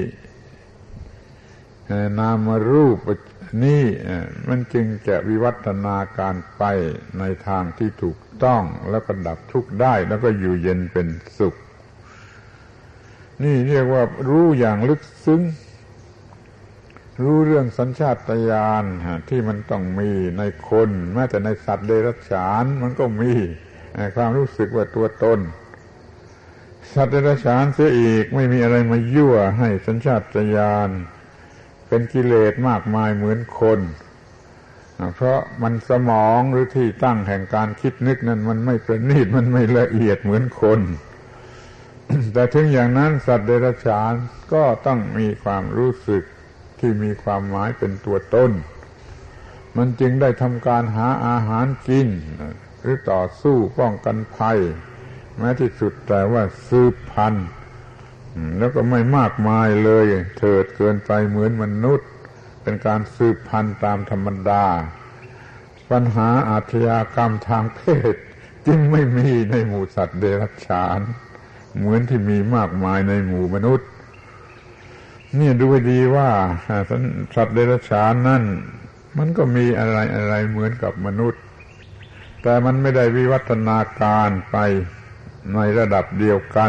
A: นามรูปนี้มันจึงจะวิวัฒนาการไปในทางที่ถูกต้องแล้วก็ดับทุกข์ได้แล้วก็อยู่เย็นเป็นสุขนี่เรียกว่ารู้อย่างลึกซึ้งรู้เรื่องสัญชาตญาณที่มันต้องมีในคนแม้แต่ในสัตว์เดรัจฉานมันก็มีความรู้สึกว่าตัวตนสัตว์เดรัจฉานเสียอีกไม่มีอะไรมายั่วให้สัญชาตญาณเป็นกิเลสมากมายเหมือนคนเพราะมันสมองหรือที่ตั้งแห่งการคิดนึกนั้นมันไม่ประณีตมันไม่ละเอียดเหมือนคนแต่ถึงอย่างนั้นสัตว์เดรัจฉานก็ต้องมีความรู้สึกที่มีความหมายเป็นตัวตนมันจึงได้ทำการหาอาหารกินหรือต่อสู้ป้องกันภัยแม้ที่สุดแต่ว่าสืบพันธุ์แล้วก็ไม่มากมายเลยเถิดเกินไปเหมือนมนุษย์เป็นการสืบพันธุ์ตามธรรมดาปัญหาอาชญากรรมทางเพศจึงไม่มีในหมู่สัตว์เดรัจฉานเหมือนที่มีมากมายในหมู่มนุษย์นี่ดูให้ดีว่าสัตว์เดรัจฉานนั่นมันก็มีอะไรเหมือนกับมนุษย์แต่มันไม่ได้วิวัฒนาการไปในระดับเดียวกัน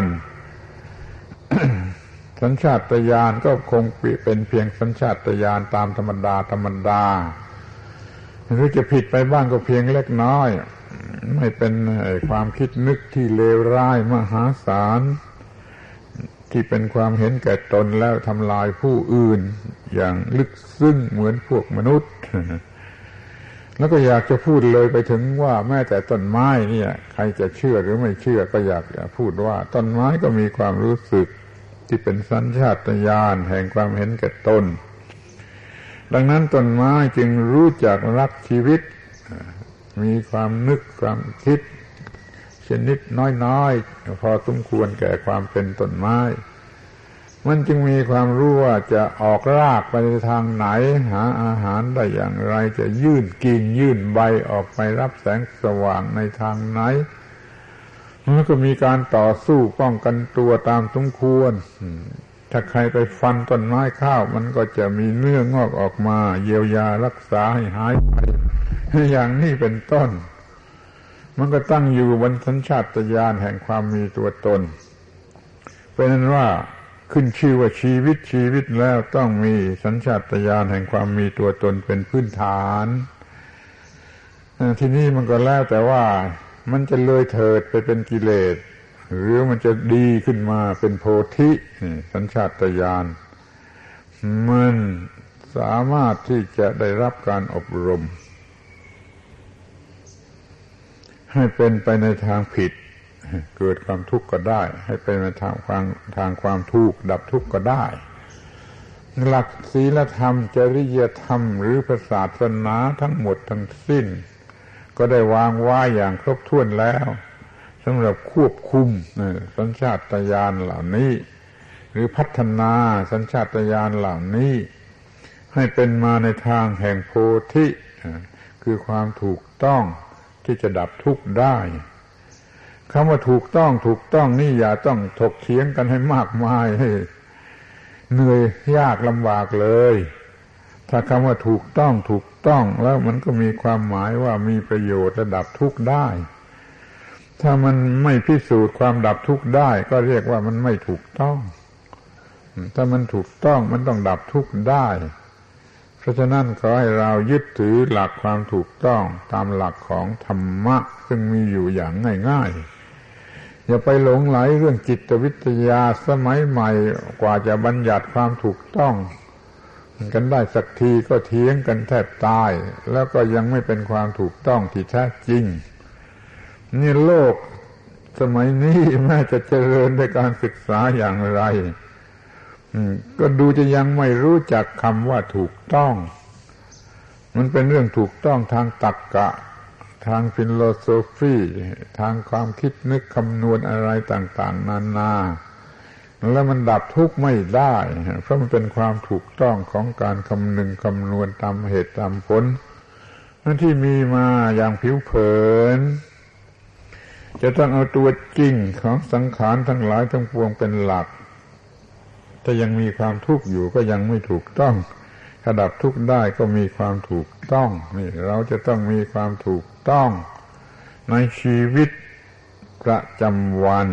A: สัญชาตญาณก็คงเป็นเพียงสัญชาตญาณตามธรรมดาหรือจะผิดไปบ้างก็เพียงเล็กน้อยไม่เป็นความคิดนึกที่เลวร้ายมหาศาลที่เป็นความเห็นแก่ตนแล้วทำลายผู้อื่นอย่างลึกซึ้งเหมือนพวกมนุษย์แล้วก็อยากจะพูดเลยไปถึงว่าแม้แต่ต้นไม้เนี่ยใครจะเชื่อหรือไม่เชื่อก็อยากจะพูดว่าต้นไม้ก็มีความรู้สึกที่เป็นสัญชาตญาณแห่งความเห็นแก่ตนดังนั้นต้นไม้จึงรู้จักรักชีวิตมีความนึกความคิดชนิดน้อยๆพอสมควรแก่ความเป็นต้นไม้มันจึงมีความรู้ว่าจะออกรากไปในทางไหนหาอาหารได้อย่างไรจะยื่นกิ่งยื่นใบออกไปรับแสงสว่างในทางไหนมันก็มีการต่อสู้ป้องกันตัวตามสมควรถ้าใครไปฟันต้นไม้ข้าวมันก็จะมีเนื้องอกออกมาเยียวยารักษาให้หายไปอย่างนี้เป็นต้นมันก็ตั้งอยู่บนสัญชาตญาณแห่งความมีตัวตนเป็นนั้นว่าขึ้นชื่อว่าชีวิตแล้วต้องมีสัญชาตญาณแห่งความมีตัวตนเป็นพื้นฐานที่นี่มันก็แล้วแต่ว่ามันจะเลยเถิดไปเป็นกิเลสหรือมันจะดีขึ้นมาเป็นโพธิสัญชาตญาณมันสามารถที่จะได้รับการอบรมให้เป็นไปในทางผิดเกิดความทุกข์ก็ได้ให้เป็นไปทางความทุกข์ดับทุกข์ก็ได้หลักศีลธรรมจริยธรรมหรือศาสนาทั้งหมดทั้งสิ้นก็ได้วางไว้อย่างครบถ้วนแล้วสำหรับควบคุมสัญชาตญาณเหล่านี้หรือพัฒนาสัญชาตญาณเหล่านี้ให้เป็นมาในทางแห่งโพธิคือความถูกต้องที่จะดับทุกข์ได้คำว่าถูกต้องนี่อย่าต้องถกเถียงกันให้มากมายให้เหนื่อยยากลำบากเลยถ้าคำว่าถูกต้องแล้วมันก็มีความหมายว่ามีประโยชน์และดับทุกข์ได้ถ้ามันไม่พิสูจน์ความดับทุกข์ได้ก็เรียกว่ามันไม่ถูกต้องถ้ามันถูกต้องมันต้องดับทุกข์ได้เพราะฉะนั้นขอให้เรายึดถือหลักความถูกต้องตามหลักของธรรมะซึ่งมีอยู่อย่างง่ายๆอย่าไปหลงไหลเรื่องจิตวิทยาสมัยใหม่กว่าจะบัญญัติความถูกต้องกันได้สักทีก็เถียงกันแทบตายแล้วก็ยังไม่เป็นความถูกต้องที่แท้จริงนี่โลกสมัยนี้แม้จะเจริญด้วยการศึกษาอย่างไรก็ดูจะยังไม่รู้จักคำว่าถูกต้องมันเป็นเรื่องถูกต้องทางตรรกะทางฟิโลโซฟีทางความคิดนึกคำนวณอะไรต่างๆนานาแล้วมันดับทุกข์ไม่ได้เพราะมันเป็นความถูกต้องของการคำนึงคำนวณตามเหตุตามผลนั่นที่มีมาอย่างผิวเผินจะต้องเอาตัวจริงของสังขารทั้งหลายทั้งปวงเป็นหลักถ้ายังมีความทุกข์อยู่ก็ยังไม่ถูกต้องถ้าดับทุกข์ได้ก็มีความถูกต้องนี่เราจะต้องมีความถูกต้องในชีวิตประจำวัน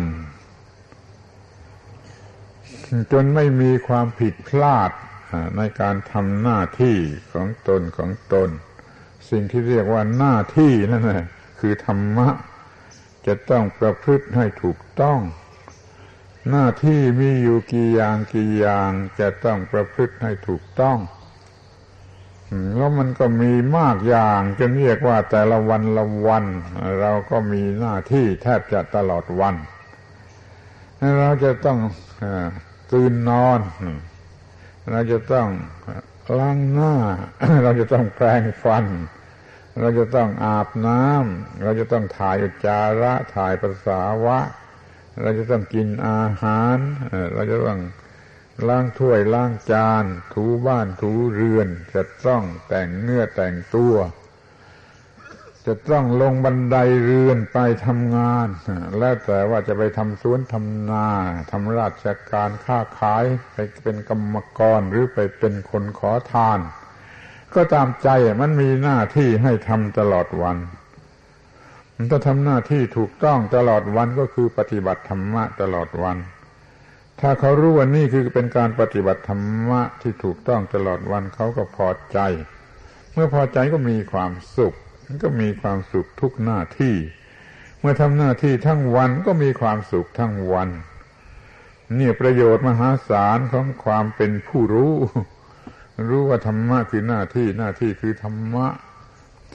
A: จนไม่มีความผิดพลาดในการทำหน้าที่ของตนสิ่งที่เรียกว่าหน้าที่นั่นแหละคือธรรมะจะต้องประพฤติให้ถูกต้องหน้าที่มีอยู่กี่อย่างจะต้องประพฤติให้ถูกต้องแล้วมันก็มีมากอย่างจนเรียกว่าแต่ละวันเราก็มีหน้าที่แทบจะตลอดวันเราจะต้องตื่นนอนเราจะต้องล้างหน้า เราจะต้องแปรงฟันเราจะต้องอาบน้ำเราจะต้องถ่ายอุจจาระถ่ายปัสสาวะเราจะต้องกินอาหารเราจะต้องล้างถ้วยล้างจานถูบ้านถูเรือนจะต้องแต่งเนื้อแต่งตัวจะต้องลงบันไดเรือนไปทำงานแล้วแต่ว่าจะไปทำสวนทำนาทำราชการค้าขายไปเป็นกรรมกรหรือไปเป็นคนขอทานก็ตามใจมันมีหน้าที่ให้ทำตลอดวันถ้าทำหน้าที่ถูกต้องตลอดวันก็คือปฏิบัติธรรมะตลอดวันถ้าเขารู้ว่านี่คือเป็นการปฏิบัติธรรมะที่ถูกต้องตลอดวันเขาก็พอใจเมื่อพอใจก็มีความสุขก็มีความสุขทุกหน้าที่เมื่อทำหน้าที่ทั้งวันก็มีความสุขทั้งวันนี่ประโยชน์มหาศาลของความเป็นผู้รู้ว่าธรรมะคือหน้าที่คือธรรมะ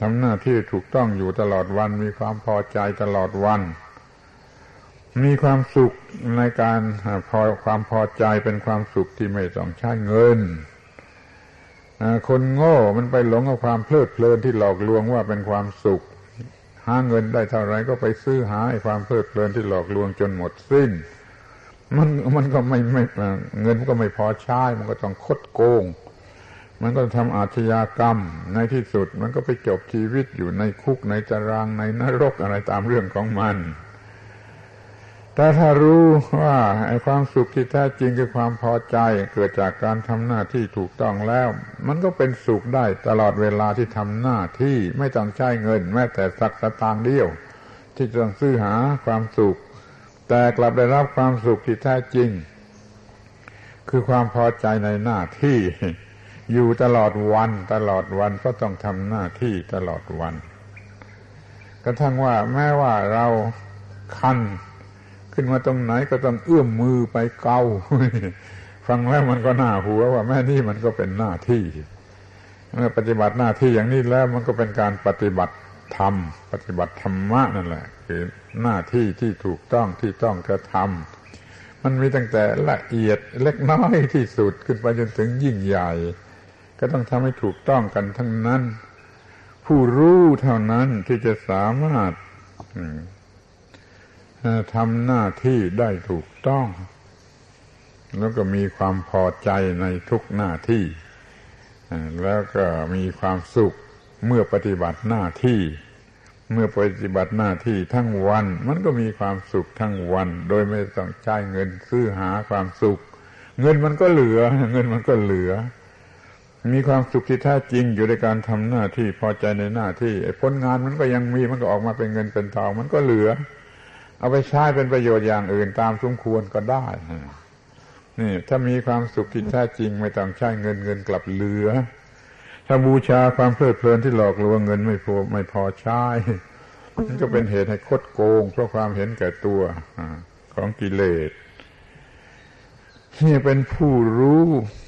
A: ทำหน้าที่ถูกต้องอยู่ตลอดวันมีความพอใจตลอดวันมีความสุขในการความพอใจเป็นความสุขที่ไม่ต้องใช้เงินคนโง่มันไปหลงกับความเพลิดเพลินที่หลอกลวงว่าเป็นความสุขหาเงินได้เท่าไรก็ไปซื้อหาไอ้ความเพลิดเพลินที่หลอกลวงจนหมดสิ้นมันก็ไม่เงินก็ไม่พอใช้มันก็ต้องคดโกงมันก็ทำอาชญากรรมในที่สุดมันก็ไปจบชีวิตอยู่ในคุกในตารางในนรกอะไรตามเรื่องของมันแต่ถ้ารู้ว่าไอ้ความสุขที่แท้จริงคือความพอใจเกิดจากการทำหน้าที่ถูกต้องแล้วมันก็เป็นสุขได้ตลอดเวลาที่ทำหน้าที่ไม่ต้องใช้เงินแม้แต่สักสตางค์เดียวที่จะต้องซื้อหาความสุขแต่กลับได้รับความสุขที่แท้จริงคือความพอใจในหน้าที่อยู่ตลอดวันเพราะต้องทำหน้าที่ตลอดวันกระทั่งว่าแม้ว่าเราคันขึ้นมาตรงไหนก็ต้องเอื้อมมือไปเกาฟังแล้วมันก็น่าหัวว่าแม่นี่มันก็เป็นหน้าที่เมื่อปฏิบัติหน้าที่อย่างนี้แล้วมันก็เป็นการปฏิบัติธรรมปฏิบัติธรรมะนั่นแหละคือหน้าที่ที่ถูกต้องที่ต้องกระทำมันมีตั้งแต่ละเอียดเล็กน้อยที่สุดขึ้นไปจนถึงยิ่งใหญ่ก็ต้องทำให้ถูกต้องกันทั้งนั้นผู้รู้เท่านั้นที่จะสามารถทำหน้าที่ได้ถูกต้องแล้วก็มีความพอใจในทุกหน้าที่แล้วก็มีความสุขเมื่อปฏิบัติหน้าที่เมื่อปฏิบัติหน้าที่ทั้งวันมันก็มีความสุขทั้งวันโดยไม่ต้องใช้เงินซื้อหาความสุขเงินมันก็เหลือมีความสุขที่แท้จริงอยู่ในการทำหน้าที่พอใจในหน้าที่ไอ้ผลงานมันก็ยังมีมันก็ออกมาเป็นเงินเป็นทองมันก็เหลือเอาไปใช้เป็นประโยชน์อย่างอื่นตามสมควรก็ได้นี่ถ้ามีความสุขที่แท้จริงไม่ต้องใช้เงินกลับเหลือถ้าบูชาความเพลิดเพลินที่หลอกลวงเงินไม่พอใช้มันก็เป็นเหตุให้คดโกงเพราะความเห็นแก่ตัวของกิเลสนี่เป็นผู้รู้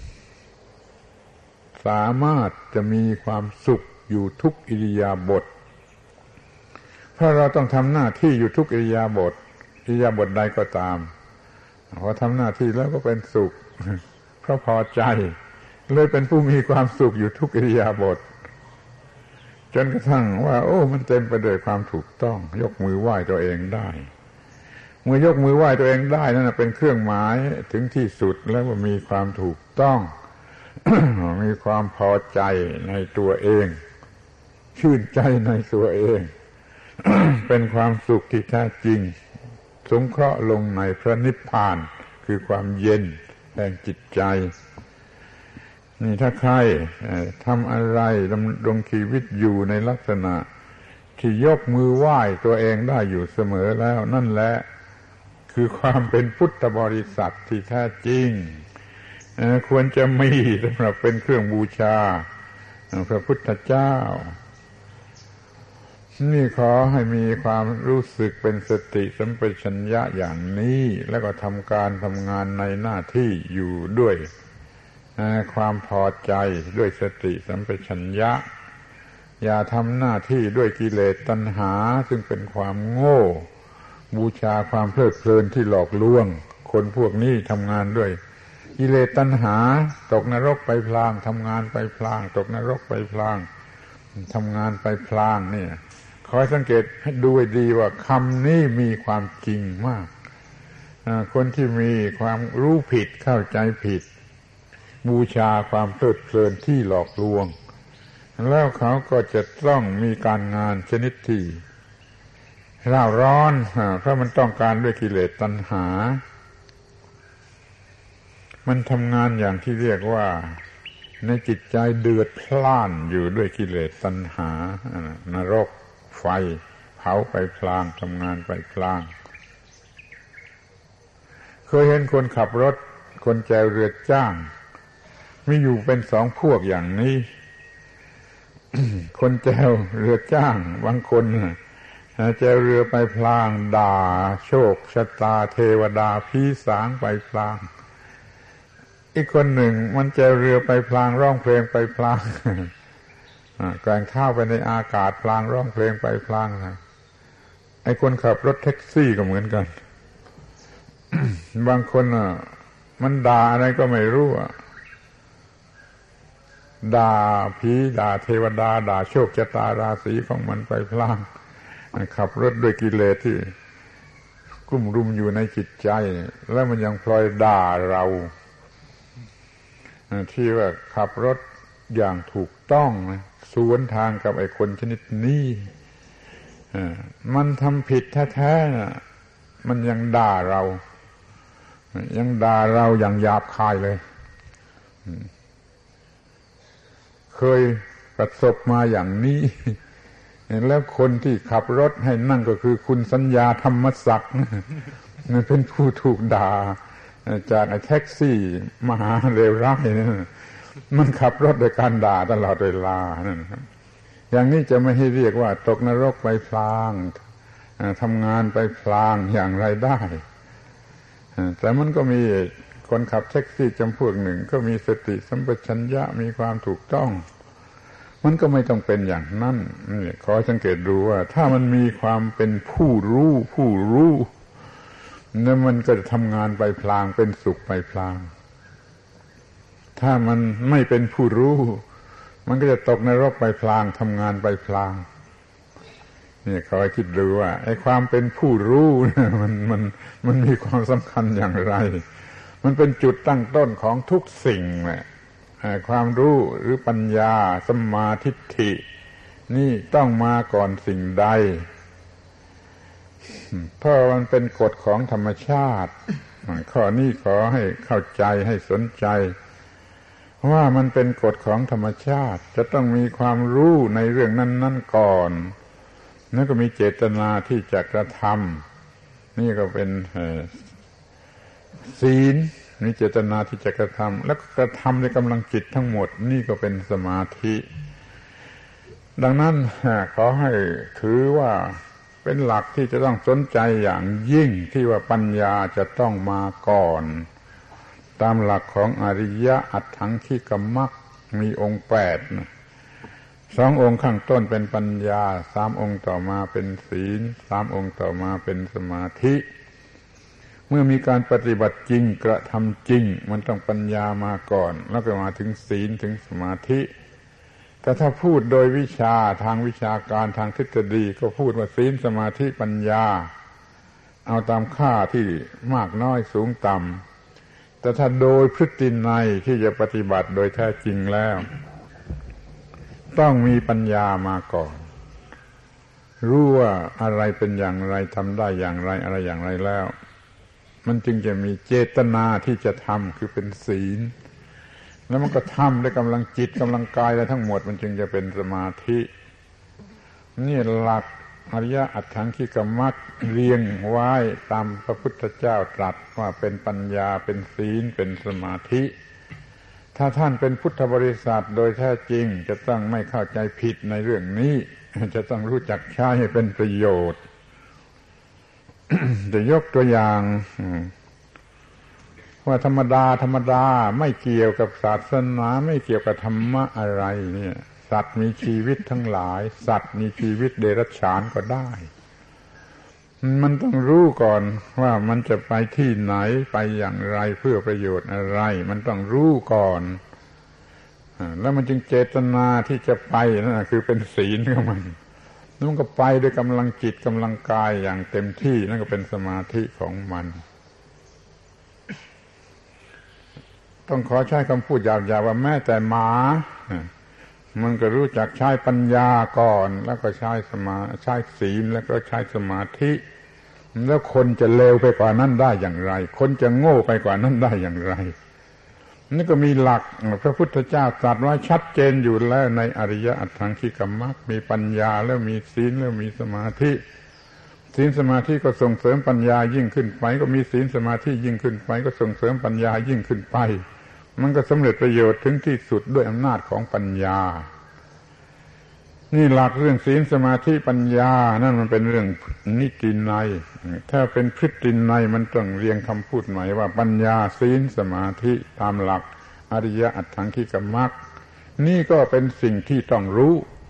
A: สามารถจะมีความสุขอยู่ทุกอิริยาบถเพราะเราต้องทำหน้าที่อยู่ทุกอิริยาบถใดก็ตามพอทำหน้าที่แล้วก็เป็นสุขเพราะพอใจเลยเป็นผู้มีความสุขอยู่ทุกอิริยาบถจนกระทั่งว่าโอ้มันเต็มไปด้วยความถูกต้องยกมือไหว้ตัวเองได้เมื่อยกมือไหว้ตัวเองได้นั่นเป็นเครื่องหมายถึงที่สุดแล้วว่ามีความถูกต้อง มีความพอใจในตัวเองชื่นใจในตัวเอง เป็นความสุขที่แท้จริงสงเคราะห์ลงในพระนิพพานคือความเย็นแห่งจิตใจนี่ถ้าใครทำอะไรดำรงชีวิตอยู่ในลักษณะที่ยกมือไหว้ตัวเองได้อยู่เสมอแล้วนั่นแหละคือความเป็นพุทธบริษัทที่แท้จริงควรจะมีสำหรับเป็นเครื่องบูชาพระพุทธเจ้านี่ขอให้มีความรู้สึกเป็นสติสัมปชัญญะอย่างนี้แล้วก็ทำการทำงานในหน้าที่อยู่ด้วยความพอใจด้วยสติสัมปชัญญะอย่าทำหน้าที่ด้วยกิเลสตัณหาซึ่งเป็นความโง่บูชาความเพลิดเพลินที่หลอกลวงคนพวกนี้ทำงานด้วยกิเลสตัณหาตกนรกไปพลางทำงานไปพลางตกนรกไปพลางทำงานไปพลางนี่ขอให้สังเกตให้ดูให้ดีว่าคำนี้มีความจริงมากคนที่มีความรู้ผิดเข้าใจผิดบูชาความเพลิดเพลินที่หลอกลวงแล้วเขาก็จะต้องมีการงานชนิดที่ร่าร้อนเพราะมันต้องการด้วยกิเลสตัณหามันทำงานอย่างที่เรียกว่าในจิตใจเดือดพล่านอยู่ด้วยกิเลสตัณหานรกไฟเผาไปพลางทำงานไปพลางเคยเห็นคนขับรถคนแจวเรือจ้างมีอยู่เป็นสองพวกอย่างนี้ คนแจวเรือจ้างบางคนแจวเรือไปพลางด่าโชคชะตาเทวดาผีสางไปพลางอีกคนหนึ่งมันแจวเรือไปพลางร้องเพลงไปพลางแกว่งเท้าไปในอากาศพลางร้องเพลงไปพลางนะไอ้คนขับรถแท็กซี่ก็เหมือนกัน บางคนมันด่าอะไรก็ไม่รู้ด่าผีด่าเทวดาด่าโชคชะตาราศีของมันไปพลางขับรถด้วยกิเลสที่กุ้มรุมอยู่ในจิตใจแล้วมันยังพลอยด่าเราที่ว่าขับรถอย่างถูกต้องสวนทางกับไอ้คนชนิดนี้มันทำผิดแท้ๆมันยังด่าเราอย่างหยาบคายเลยเคยประสบมาอย่างนี้แล้วคนที่ขับรถให้นั่งก็คือคุณสัญญาธรรมศักดิ์นั่นเป็นผู้ถูกด่าจากไอ้แท็กซี่มหาเลวร้ายนั่นมันขับรถโดยการด่าตลอดเวลานั่นอย่างนี้จะไม่ให้เรียกว่าตกนรกไปพลางทำงานไปพลางอย่างไรได้แต่มันก็มีคนขับแท็กซี่จำพวกหนึ่งก็มีสติสัมปชัญญะมีความถูกต้องมันก็ไม่ต้องเป็นอย่างนั้นขอสังเกตดูว่าถ้ามันมีความเป็นผู้รู้นั่นมันก็จะทำงานไปพลางเป็นสุขไปพลางถ้ามันไม่เป็นผู้รู้มันก็จะตกนรกไปพลางทำงานไปพลางนี่ขอให้คิดดูว่าไอ้ความเป็นผู้รู้มันมีความสำคัญอย่างไรมันเป็นจุดตั้งต้นของทุกสิ่งแหละความรู้หรือปัญญาสัมมาทิฏฐินี่ต้องมาก่อนสิ่งใดเพราะมันเป็นกฎของธรรมชาติข้อนี้ขอให้เข้าใจให้สนใจว่ามันเป็นกฎของธรรมชาติจะต้องมีความรู้ในเรื่องนั้นๆก่อนแล้วก็มีเจตนาที่จะกระทำนี่ก็เป็นศีลมีเจตนาที่จะกระทำแล้วก็กระทำในกำลังจิตทั้งหมดนี่ก็เป็นสมาธิดังนั้นขอให้ถือว่าเป็นหลักที่จะต้องสนใจอย่างยิ่งที่ว่าปัญญาจะต้องมาก่อนตามหลักของอริยอัตถังคิกมรรคมีองค์8นะ2องค์ข้างต้นเป็นปัญญา3องค์ต่อมาเป็นศีล3องค์ต่อมาเป็นสมาธิเมื่อมีการปฏิบัติจริงกระทำจริงมันต้องปัญญามาก่อนแล้วก็มาถึงศีลถึงสมาธิแต่ถ้าพูดโดยวิชาทางวิชาการทางทฤษฎีก็พูดว่าศีลสมาธิปัญญาเอาตามค่าที่มากน้อยสูงต่ำแต่ถ้าโดยพฤตินัยที่จะปฏิบัติโดยแท้จริงแล้วต้องมีปัญญามาก่อนรู้ว่าอะไรเป็นอย่างไรทำได้อย่างไรอะไรอย่างไรแล้วมันจึงจะมีเจตนาที่จะทำคือเป็นศีลแล้วมันก็ทำด้วยกำลังจิตกำลังกายและทั้งหมดมันจึงจะเป็นสมาธินี่หลักอริยอัตถังคิกมรรคเรียงไว้ตามพระพุทธเจ้าตรัสว่าเป็นปัญญาเป็นศีลเป็นสมาธิถ้าท่านเป็นพุทธบริษัทโดยแท้จริงจะต้องไม่เข้าใจผิดในเรื่องนี้จะต้องรู้จักใช้ให้เป็นประโยชน์ จะยกตัวอย่างว่าธรรมดาไม่เกี่ยวกับศาสนาไม่เกี่ยวกับธรรมะอะไรเนี่ยสัตว์มีชีวิตทั้งหลายสัตว์มีชีวิตเดรัจฉานก็ได้มันต้องรู้ก่อนว่ามันจะไปที่ไหนไปอย่างไรเพื่อประโยชน์อะไรมันต้องรู้ก่อนแล้วมันจึงเจตนาที่จะไปนั่นคือเป็นศีลของมันแล้วมันก็ไปด้วยกำลังจิตกำลังกายอย่างเต็มที่นั่นก็เป็นสมาธิของมันต้องขอใช้คำพูดหยาบๆว่าแม้แต่หมามันก็รู้จักใช้ปัญญาก่อนแล้วก็ใช้ศีลแล้วก็ใช้สมาธิแล้วคนจะเลวไปกว่านั้นได้อย่างไรคนจะโง่ไปกว่านั้นได้อย่างไรนี่ก็มีหลักพระพุทธเจ้าตรัสไว้ชัดเจนอยู่แล้วในอริยอัตถังคิกมรรคมีปัญญาแล้วมีศีลแล้วมีสมาธิศีลสมาธิก็ส่งเสริมปัญญายิ่งขึ้นไปก็มีศีลสมาธิยิ่งขึ้นไปก็ส่งเสริมปัญญายิ่งขึ้นไปมันก็สำเร็จประโยชน์ถึงที่สุดด้วยอำนาจของปัญญานี่หลักเรื่องศีลสมาธิปัญญานั่นมันเป็นเรื่องนิตินัยถ้าเป็นพฤตินัยมันต้องเรียงคำพูดใหม่ว่าปัญญาศีลสมาธิตามหลักอริยอัตถังคิกมรรคนี่ก็เป็นสิ่งที่ต้องรู้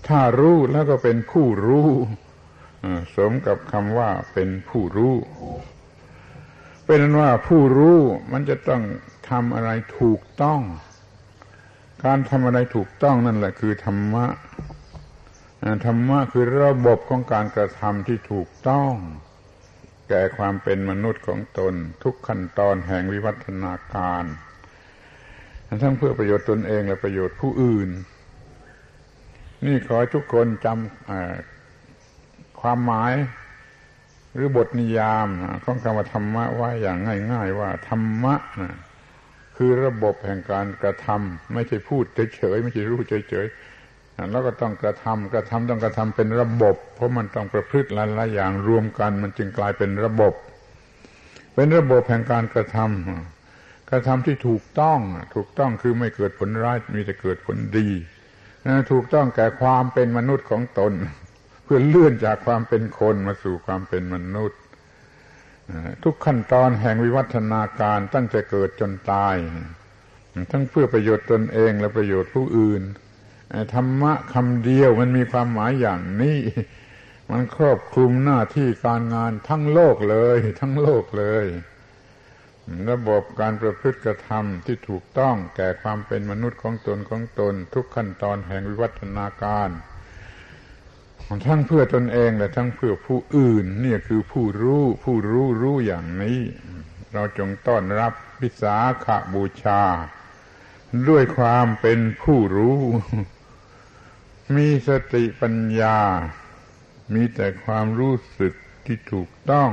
A: ถ้ารู้แล้วก็เป็นผู้รู้สมกับคำว่าเป็นผู้รู้เป็นนั้นว่าผู้รู้มันจะต้องทำอะไรถูกต้องการทำอะไรถูกต้องนั่นแหละคือธรรมะธรรมะคือระบบของการกระทำที่ถูกต้องแก่ความเป็นมนุษย์ของตนทุกขั้นตอนแห่งวิวัฒนาการทั้งเพื่อประโยชน์ตนเองและประโยชน์ผู้อื่นนี่ขอให้ทุกคนจำความหมายหรือบทนิยามของคำว่าธรรมะไว้อย่างง่ายๆว่าธรรมะนะคือระบบแห่งการกระทำไม่ใช่พูดเฉยๆไม่ใช่รู้เฉยๆแล้วก็ต้องกระทำต้องกระทำเป็นระบบเพราะมันต้องประพฤติหลายๆอย่างรวมกันมันจึงกลายเป็นระบบแห่งการกระทำที่ถูกต้องคือไม่เกิดผลร้ายมีแต่เกิดผลดีถูกต้องแก่ความเป็นมนุษย์ของตนเพื่อเลื่อนจากความเป็นคนมาสู่ความเป็นมนุษย์ทุกขั้นตอนแห่งวิวัฒนาการตั้งแต่เกิดจนตายทั้งเพื่อประโยชน์ตนเองและประโยชน์ผู้อื่นธรรมะคำเดียวมันมีความหมายอย่างนี้มันครอบคลุมหน้าที่การงานทั้งโลกเลยระบบการประพฤติกระทำที่ถูกต้องแก่ความเป็นมนุษย์ของตนทุกขั้นตอนแห่งวิวัฒนาการทั้งเพื่อตนเองและทั้งเพื่อผู้อื่นนี่คือผู้รู้อย่างนี้เราจงต้อนรับวิสาขบูชาด้วยความเป็นผู้รู้มีสติปัญญามีแต่ความรู้สึกที่ถูกต้อง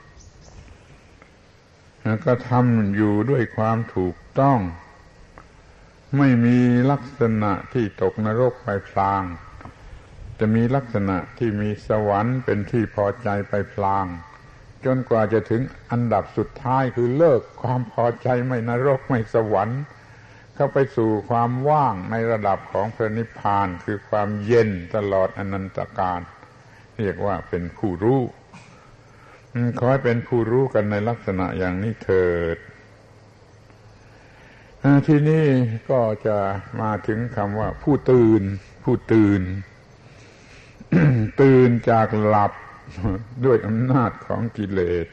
A: ก็ทำอยู่ด้วยความถูกต้องไม่มีลักษณะที่ตกนรกไปพลางจะมีลักษณะที่มีสวรรค์เป็นที่พอใจไปพลางจนกว่าจะถึงอันดับสุดท้ายคือเลิกความพอใจไม่นรกไม่สวรรค์เข้าไปสู่ความว่างในระดับของพระนิพพานคือความเย็นตลอดอนันตกาลเรียกว่าเป็นผู้รู้ขอให้เป็นผู้รู้กันในลักษณะอย่างนี้เถิดที่นี่ก็จะมาถึงคำว่าผู้ตื่น ตื่นจากหลับด้วยอำนาจของกิเลส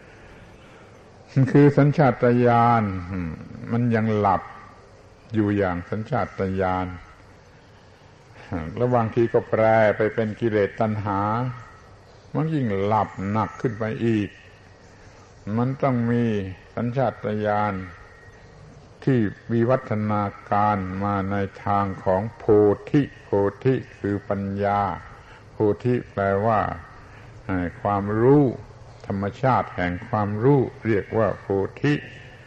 A: คือสัญชาตญาณมันยังหลับอยู่อย่างสัญชาตญาณแล้วบางทีก็แปรไปเป็นกิเลสตัณหามันยิ่งหลับหนักขึ้นไปอีกมันต้องมีสัญชาตญาณที่วิวัฒนาการมาในทางของโพธิคือปัญญาโพธิแปลว่าความรู้ธรรมชาติแห่งความรู้เรียกว่าโพธิ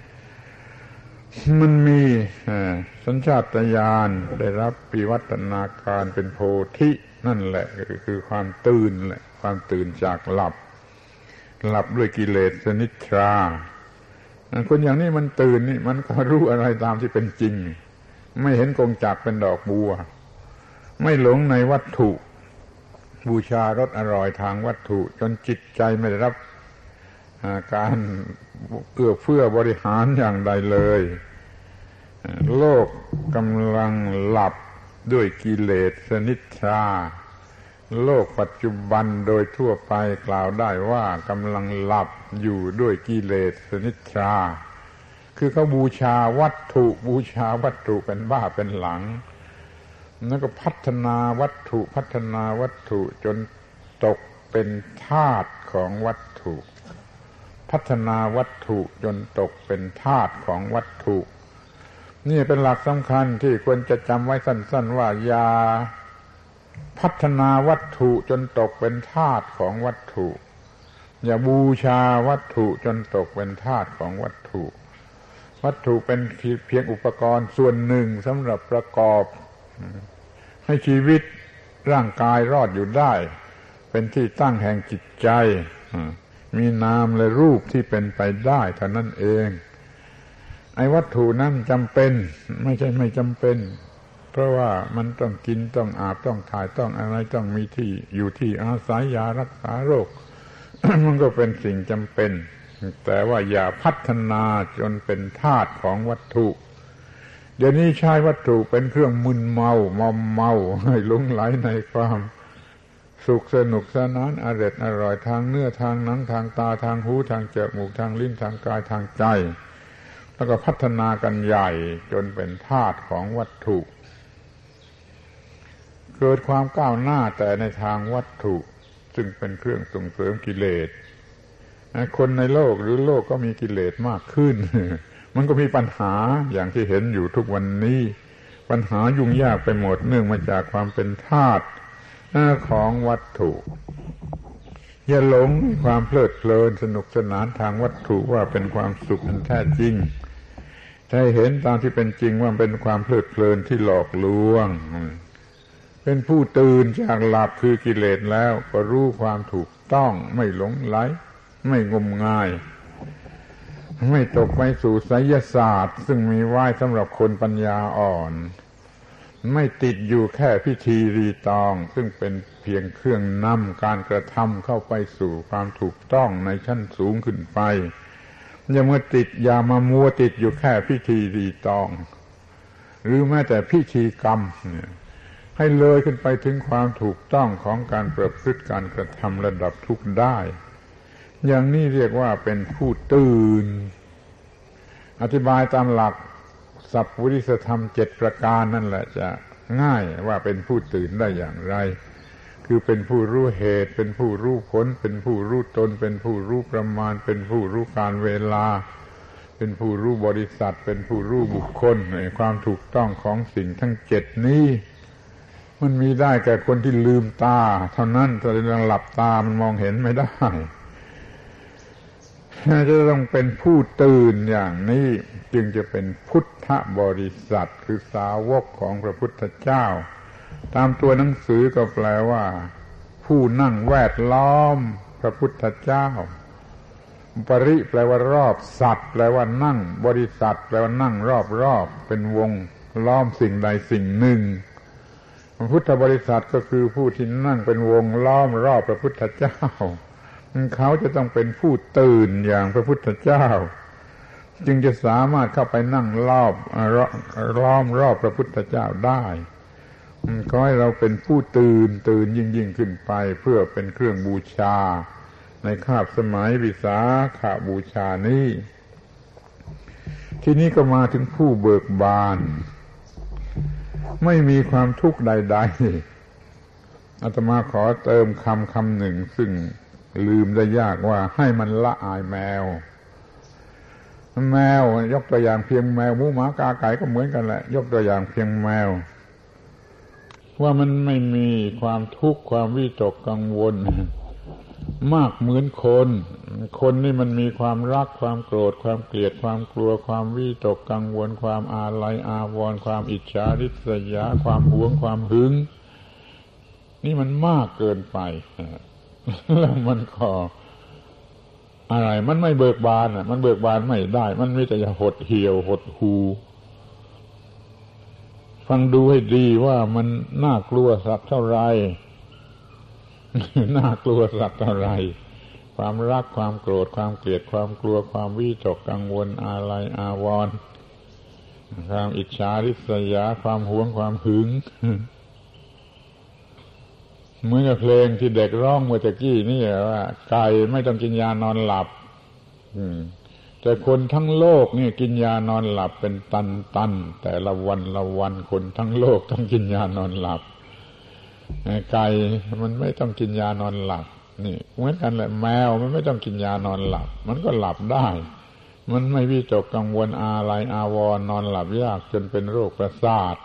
A: มันมีสัญชาตญาณได้รับวิวัฒนาการเป็นโพธินั่นแหละคือความตื่นแหละความตื่นจากหลับด้วยกิเลสนิทราคนอย่างนี้มันตื่นนี่มันก็รู้อะไรตามที่เป็นจริงไม่เห็นกงจักรเป็นดอกบัวไม่หลงในวัตถุบูชารสอร่อยทางวัตถุจนจิตใจไม่ได้รับการเอื้อเฟื้อบริหารอย่างใดเลยโลกกำลังหลับด้วยกิเลสนิทราโลกปัจจุบันโดยทั่วไปกล่าวได้ว่ากำลังหลับอยู่ด้วยกิเลสนิทราคือเขาบูชาวัตถุเป็นบ้าเป็นหลังแล้วก็พัฒนาวัตถุจนตกเป็นทาสของวัตถุพัฒนาวัตถุจนตกเป็นทาสของวัตถุนี่เป็นหลักสำคัญที่ควรจะจำไว้สั้นๆว่าอย่าพัฒนาวัตถุจนตกเป็นทาสของวัตถุอย่าบูชาวัตถุจนตกเป็นทาสของวัตถุเป็นเพียงอุปกรณ์ส่วนหนึ่งสำหรับประกอบให้ชีวิตร่างกายรอดอยู่ได้เป็นที่ตั้งแห่งจิตใจมีนามและรูปที่เป็นไปได้เท่านั้นเองไอ้วัตถุนั้นจำเป็นไม่ใช่ไม่จำเป็นเพราะว่ามันต้องกินต้องอาบต้องถ่ายต้องอะไรต้องมีที่อยู่ที่อาศัยยารักษาโรค มันก็เป็นสิ่งจำเป็นแต่ว่าอย่าพัฒนาจนเป็นทาสของวัตถุเดี๋ยวนี้ใช้วัตถุเป็นเครื่องมึนเมามอมเมาให้หลงไหลในความสุขสนุกสนานอร่อยทางเนื้อทางหนังทางตาทางหูทางจมูกทางลิ้นทางกายทางใจแล้วก็พัฒนากันใหญ่จนเป็นทาสของวัตถุเกิดความก้าวหน้าแต่ในทางวัตถุซึ่งเป็นเครื่องส่งเสริมกิเลสคนในโลกหรือโลกก็มีกิเลสมากขึ้นมันก็มีปัญหาอย่างที่เห็นอยู่ทุกวันนี้ปัญหายุ่งยากไปหมดเนื่องมาจากความเป็นทาสของวัตถุอย่าหลงความเพลิดเพลินสนุกสนานทางวัตถุว่าเป็นความสุขอันแท้จริงถ้าเห็นตามที่เป็นจริงว่าเป็นความเพลิดเพลินที่หลอกลวงเป็นผู้ตื่นจากหลับคือกิเลสแล้วก็รู้ความถูกต้องไม่หลงไหลไม่งมงายไม่ตกไปสู่ไสยศาสตร์ซึ่งมีไว้สำหรับคนปัญญาอ่อนไม่ติดอยู่แค่พิธีรีตองซึ่งเป็นเพียงเครื่องนำการกระทำเข้าไปสู่ความถูกต้องในชั้นสูงขึ้นไปอย่ามามัวติดอยู่แค่พิธีรีตองหรือแม้แต่พิธีกรรมให้เลยขึ้นไปถึงความถูกต้องของการประพฤติการกระทำระดับทุกข์ได้อย่างนี้เรียกว่าเป็นผู้ตื่นอธิบายตามหลักสัพพุริสธรรม7ประการนั่นแหละจะง่ายว่าเป็นผู้ตื่นได้อย่างไรคือเป็นผู้รู้เหตุเป็นผู้รู้ผลเป็นผู้รู้ตนเป็นผู้รู้ประมาณเป็นผู้รู้การเวลาเป็นผู้รู้บริษัทเป็นผู้รู้บุคคลความถูกต้องของสิ่งทั้ง7นี้มันมีได้แก่คนที่ลืมตาเท่านั้นถ้าเราหลับตามันมองเห็นไม่ได้จะต้องเป็นผู้ตื่นอย่างนี้จึงจะเป็นพุทธบริษัทคือสาวกของพระพุทธเจ้าตามตัวหนังสือก็แปลว่าผู้นั่งแวดล้อมพระพุทธเจ้าปริแปลว่ารอบสัตว์แปลว่านั่งบริษัทแปลว่านั่งรอบเป็นวงล้อมสิ่งใดสิ่งหนึ่งพุทธบริษัทก็คือผู้ที่นั่งเป็นวงล้อมรอบพระพุทธเจ้าเขาจะต้องเป็นผู้ตื่นอย่างพระพุทธเจ้าจึงจะสามารถเข้าไปนั่งล้อมรอบพระพุทธเจ้าได้ขอให้เราเป็นผู้ตื่นยิ่งขึ้นไปเพื่อเป็นเครื่องบูชาในคาบสมัยวิสาขบูชานี้ที่นี้ก็มาถึงผู้เบิกบานไม่มีความทุกข์ใดๆอาตมาขอเติมคำหนึ่งซึ่งลืมได้ยากว่าให้มันละอายแมวยกตัวอย่างเพียงแมวหมูหมากาไก่ก็เหมือนกันแหละยกตัวอย่างเพียงแมวว่ามันไม่มีความทุกข์ความวิตกกังวลมากเหมือนคนนี่มันมีความรักความโกรธความเกลียดความกลัวความวิตกกังวลความอาลัยอาวรณ์ความอิจฉาริษยาความหวงความหึงนี่มันมากเกินไปแล้วมันก็อะไรมันไม่เบิกบานมันเบิกบานไม่ได้มันมีแต่จะหดเหี่ยวหดหูฟังดูให้ดีว่ามันน่ากลัวสักเท่าไรน่ากลัวสักเท่าไรความรักความโกรธความเกลียดความกลัวความวิตกกังวลอาลัยอาวรณ์ความอิจฉาริษยาความหวงความหึงเหมือนกับเพลงที่เด็กร้องเมื่อตะกี้นี่ว่าไก่ไม่ต้องกินยานอนหลับแต่คนทั้งโลกนี่กินยานอนหลับเป็นตันแต่ละวันคนทั้งโลกต้องกินยานอนหลับไก่มันไม่ต้องกินยานอนหลับนี่เหมือนกันแหละแมวมันไม่ต้องกินยานอนหลับมันก็หลับได้มันไม่วิตกกังวลอาลัยอาวรณ์นอนหลับยากจนเป็นโรคประสาท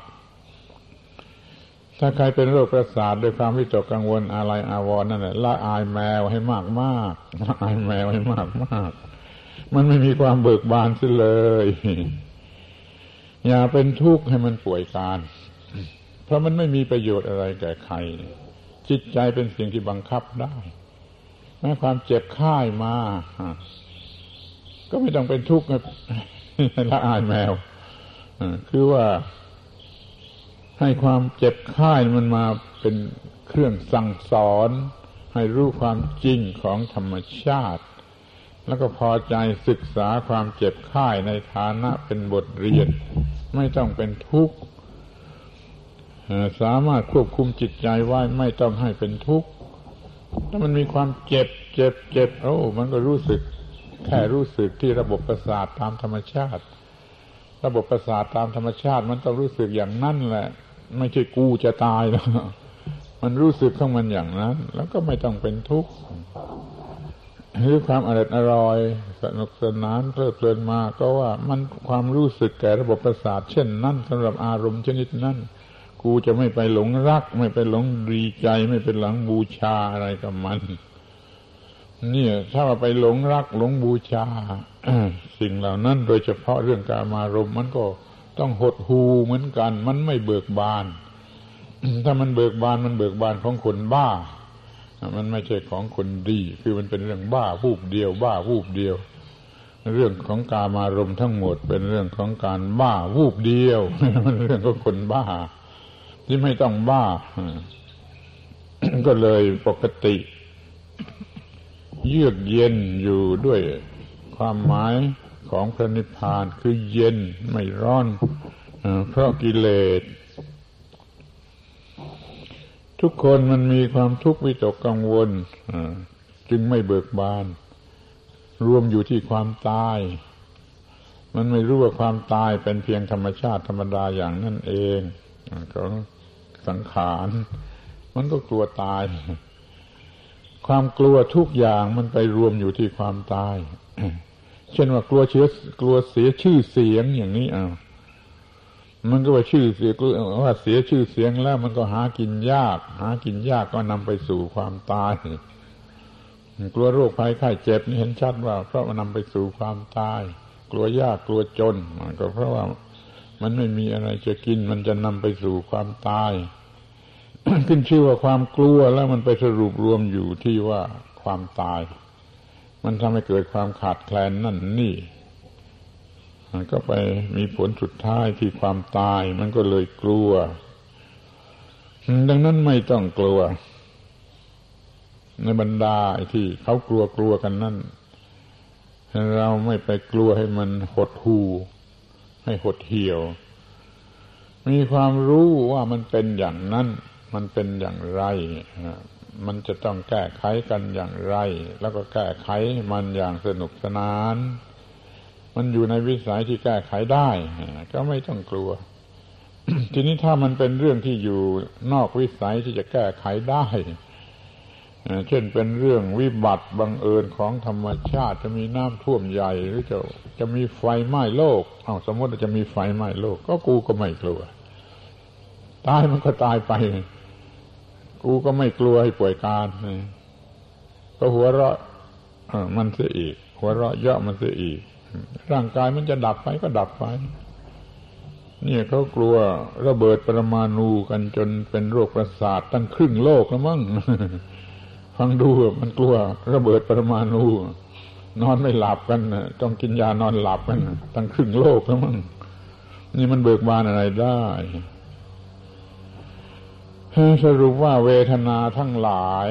A: ถ้าใครเป็นโรคประสาทด้วยความวิตกกังวลอาลัยอาวรณ์นั่นแหละละอายแมวให้มากละอายแมวให้มากมันไม่มีความเบิกบานซิเลยอย่าเป็นทุกข์ให้มันป่วยการเพราะมันไม่มีประโยชน์อะไรแก่ใครจิตใจเป็นสิ่งที่บังคับได้แม้ความเจ็บไข้มาก็ไม่ต้องเป็นทุกข์ละอายแมวคือว่าให้ความเจ็บไข้มันมาเป็นเครื่องสั่งสอนให้รู้ความจริงของธรรมชาติแล้วก็พอใจศึกษาความเจ็บไข้ในฐานะเป็นบทเรียนไม่ต้องเป็นทุกข์สามารถควบคุมจิตใจไว้ไม่ต้องให้เป็นทุกข์ถ้ามันมีความเจ็บมันก็รู้สึกแค่รู้สึกที่ระบบประสาทตามธรรมชาติระบบประสาทตามธรรมชาติมันต้องรู้สึกอย่างนั้นแหละไม่ใช่กูจะตายแล้วมันรู้สึกของมันอย่างนั้นแล้วก็ไม่ต้องเป็นทุกข์หรือความอร่อยสนุกสนานเพลิดเพลินมาก็ว่ามันความรู้สึกแก่ระบบประสาทเช่นนั้นสำหรับอารมณ์ชนิดนั้นกูจะไม่ไปหลงรักไม่ไปหลงดีใจไม่ไปหลงบูชาอะไรกับมันเนี่ยถ้าว่าไปหลงรักหลงบูชา สิ่งเหล่านั้นโดยเฉพาะเรื่องกามารมณ์มันก็ต้องหดหู่เหมือนกันมันไม่เบิกบาน ถ้ามันเบิกบานมันเบิกบานของคนบ้ามันไม่ใช่ของคนดีคือมันเป็นเรื่องบ้าวูบเดียวเรื่องของกามารมณ์ทั้งหมดเป็นเรื่องของการบ้าวูบเดียว มันเรื่องของคนบ้าที่ไม่ต้องบ้า ก็เลยปกติเยือกเย็นอยู่ด้วยความหมายของพระนิพพานคือเย็นไม่ร้อนเพราะกิเลสทุกคนมันมีความทุกข์วิตกกังวลจึงไม่เบิกบานรวมอยู่ที่ความตายมันไม่รู้ว่าความตายเป็นเพียงธรรมชาติธรรมดาอย่างนั่นเองของสังขารมันก็กลัวตายความกลัวทุกอย่างมันไปรวมอยู่ที่ความตาย เช่นว่ากลัวเสียชื่อเสียงอย่างนี้มันก็ว่าชื่อเสียว่าเสียชื่อเสียงแล้วมันก็หากินยากก็นำไปสู่ความตายกลัวโรคภัยไข้เจ็บนี่เห็นชัดว่าเพราะมันนำไปสู่ความตายกลัวยากกลัวจนมันก็เพราะว่ามันไม่มีอะไรจะกินมันจะนำไปสู่ความตาย ขึ้นชื่อว่าความกลัวแล้วมันไปสรุปรวมอยู่ที่ว่าความตายมันทำให้เกิดความขาดแคลนนั่นนี่มันก็ไปมีผลสุดท้ายที่ความตายมันก็เลยกลัวดังนั้นไม่ต้องกลัวในบรรดาที่เขากลัวกันนั่นเราไม่ไปกลัวให้มันหดหู่ให้หดเหี่ยวมีความรู้ว่ามันเป็นอย่างนั้นมันเป็นอย่างไรมันจะต้องแก้ไขกันอย่างไรแล้วก็แก้ไขมันอย่างสนุกสนานมันอยู่ในวิสัยที่แก้ไขได้ก็ไม่ต้องกลัว ทีนี้ถ้ามันเป็นเรื่องที่อยู่นอกวิสัยที่จะแก้ไขได้เช่นเป็นเรื่องวิบัติบังเอิญของธรรมชาติจะมีน้ำท่วมใหญ่หรือจะมีไฟไหม้โลกสมมติว่าจะมีไฟไหม้โลกก็กูก็ไม่กลัวตายมันก็ตายไปกูก็ไม่กลัวให้ป่วยการก็หัวเราะมันเสียอีกหัวเราะเยาะมันเสียอีกร่างกายมันจะดับไปก็ดับไปเนี่ยเขากลัวระเบิดปรมาณูกันจนเป็นโรคประสาทตั้งครึ่งโลกแล้วมั้ง ฟังดูมันกลัวระเบิดปรมาณูนอนไม่หลับกันต้องกินยานอนหลับกันตั้งครึ่งโลกแล้วมั้งนี่มันเบิกบานอะไรได้สรุปว่าเวทนาทั้งหลาย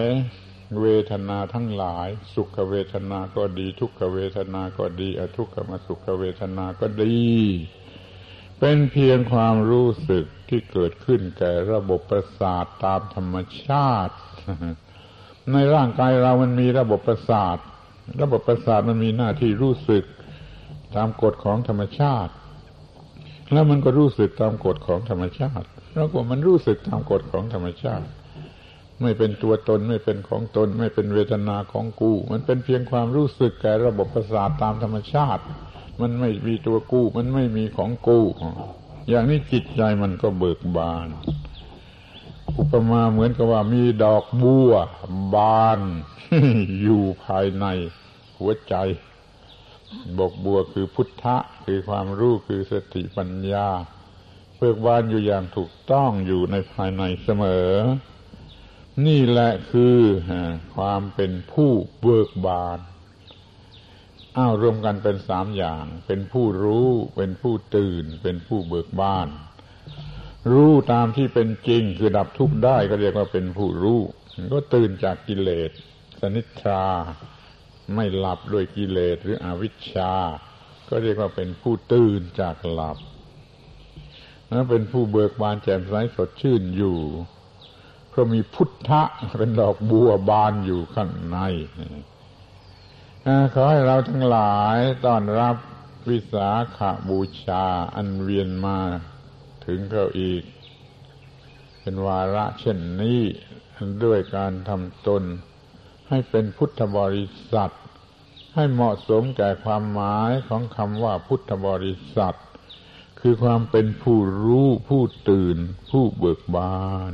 A: สุขเวทนาก็ดีทุกขเวทนาก็ดีอทุกขมสุขเวทนาก็ดีเป็นเพียงความรู้สึกที่เกิดขึ้นแก่ระบบประสาทตามธรรมชาติ ในร่างกายเรามันมีระบบประสาทมันมีหน้าที่รู้สึกตามกฎของธรรมชาติแล้วมันก็รู้สึกตามกฎของธรรมชาติแล้วก็มันรู้สึกตามกฎของธรรมชาติไม่เป็นตัวตนไม่เป็นของตนไม่เป็นเวทนาของกูมันเป็นเพียงความรู้สึกแก่ระบบประสาทตามธรรมชาติมันไม่มีตัวกูมันไม่มีของกูอย่างนี้จิตใจมันก็เบิกบานอุปมาเหมือนกับว่ามีดอกบัวบาน อยู่ภายในหัวใจดอกบัวคือพุทธะคือความรู้คือสติปัญญาเบิกบานอยู่อย่างถูกต้องอยู่ในภายในเสมอนี่แหละคือความเป็นผู้เบิกบานรวมกันเป็น3อย่างเป็นผู้รู้เป็นผู้ตื่นเป็นผู้เบิกบานรู้ตามที่เป็นจริงคือดับทุกข์ได้ก็เรียกว่าเป็นผู้รู้ก็ตื่นจากกิเลสสนิทราไม่หลับด้วยกิเลสหรืออวิชชาก็เรียกว่าเป็นผู้ตื่นจากหลับเป็นผู้เบิกบานแจ่มใสสดชื่นอยู่เพราะมีพุทธะเป็นดอกบัวบานอยู่ข้างในขอให้เราทั้งหลายต้อนรับวิสาขบูชาอันเวียนมาถึงเราอีกเป็นวาระเช่นนี้ด้วยการทำตนให้เป็นพุทธบริษัทให้เหมาะสมแก่ความหมายของคำว่าพุทธบริษัทคือความเป็นผู้รู้ผู้ตื่นผู้เบิกบาน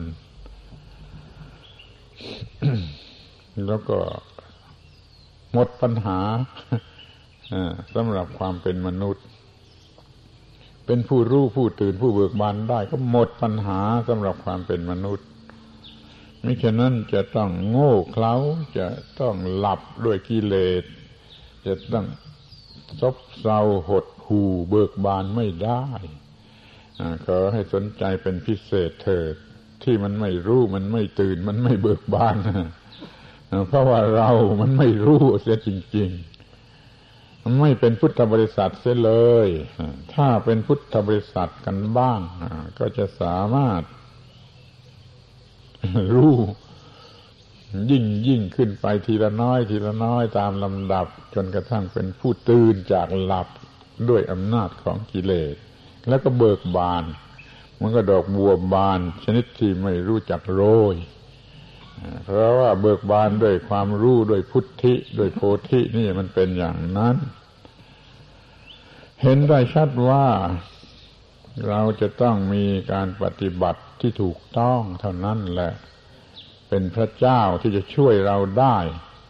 A: แล้วก็หมดปัญหาสำหรับความเป็นมนุษย์เป็นผู้รู้ผู้ตื่นผู้เบิกบานได้ก็หมดปัญหาสำหรับความเป็นมนุษย์มิฉะนั้นจะต้องโง่เขลาจะต้องหลับด้วยกิเลสจะต้องซบเซาหดหู่เบิกบานไม่ได้ขอให้สนใจเป็นพิเศษเถิดที่มันไม่รู้มันไม่ตื่นมันไม่เบิกบานเพราะว่ามันไม่รู้เสียจริงๆมันไม่เป็นพุทธบริษัทเสียเลยถ้าเป็นพุทธบริษัทกันบ้างก็จะสามารถรู้ยิ่งขึ้นไปทีละน้อยทีละน้อยตามลำดับจนกระทั่งเป็นผู้ตื่นจากหลับด้วยอำนาจของกิเลสแล้วก็เบิกบานมันก็ดอกบัวบานชนิดที่ไม่รู้จักโรยเพราะว่าเบิกบานด้วยความรู้ด้วยพุทธิด้วยโพธินี่มันเป็นอย่างนั้นเห็นได้ชัดว่าเราจะต้องมีการปฏิบัติที่ถูกต้องเท่านั้นแหละเป็นพระเจ้าที่จะช่วยเราได้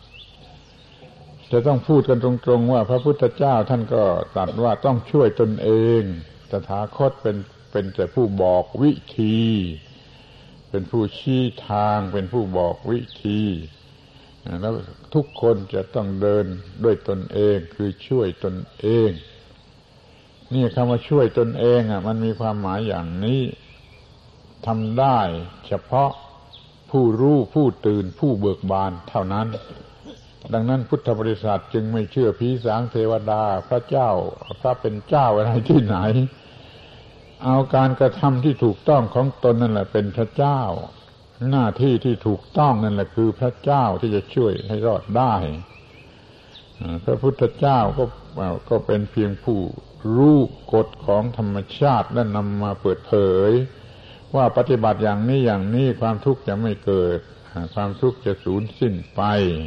A: จะต้องพูดกันตรงๆว่าพระพุทธเจ้าท่านก็ตรัสว่าต้องช่วยตนเองตถาคตเป็นแต่ผู้บอกวิธีเป็นผู้ชี้ทางเป็นผู้บอกวิธีแล้วทุกคนจะต้องเดินด้วยตนเองคือช่วยตนเองนี่คำว่าช่วยตนเองมันมีความหมายอย่างนี้ทำได้เฉพาะผู้รู้ผู้ตื่นผู้เบิกบานเท่านั้นดังนั้นพุทธบริษัทจึงไม่เชื่อผีสางเทวดาพระเจ้าพระเป็นเจ้าอะไรที่ไหนเอาการกระทำที่ถูกต้องของตนนั่นแหละเป็นพระเจ้าหน้าที่ที่ถูกต้องนั่นแหละคือพระเจ้าที่จะช่วยให้รอดได้พระพุทธเจ้าก็เป็นเพียงผู้รู้กฎของธรรมชาติและนำมาเปิดเผยว่าปฏิบัติอย่างนี้ความทุกข์จะไม่เกิดความทุกข์จะสูญสิ้นไป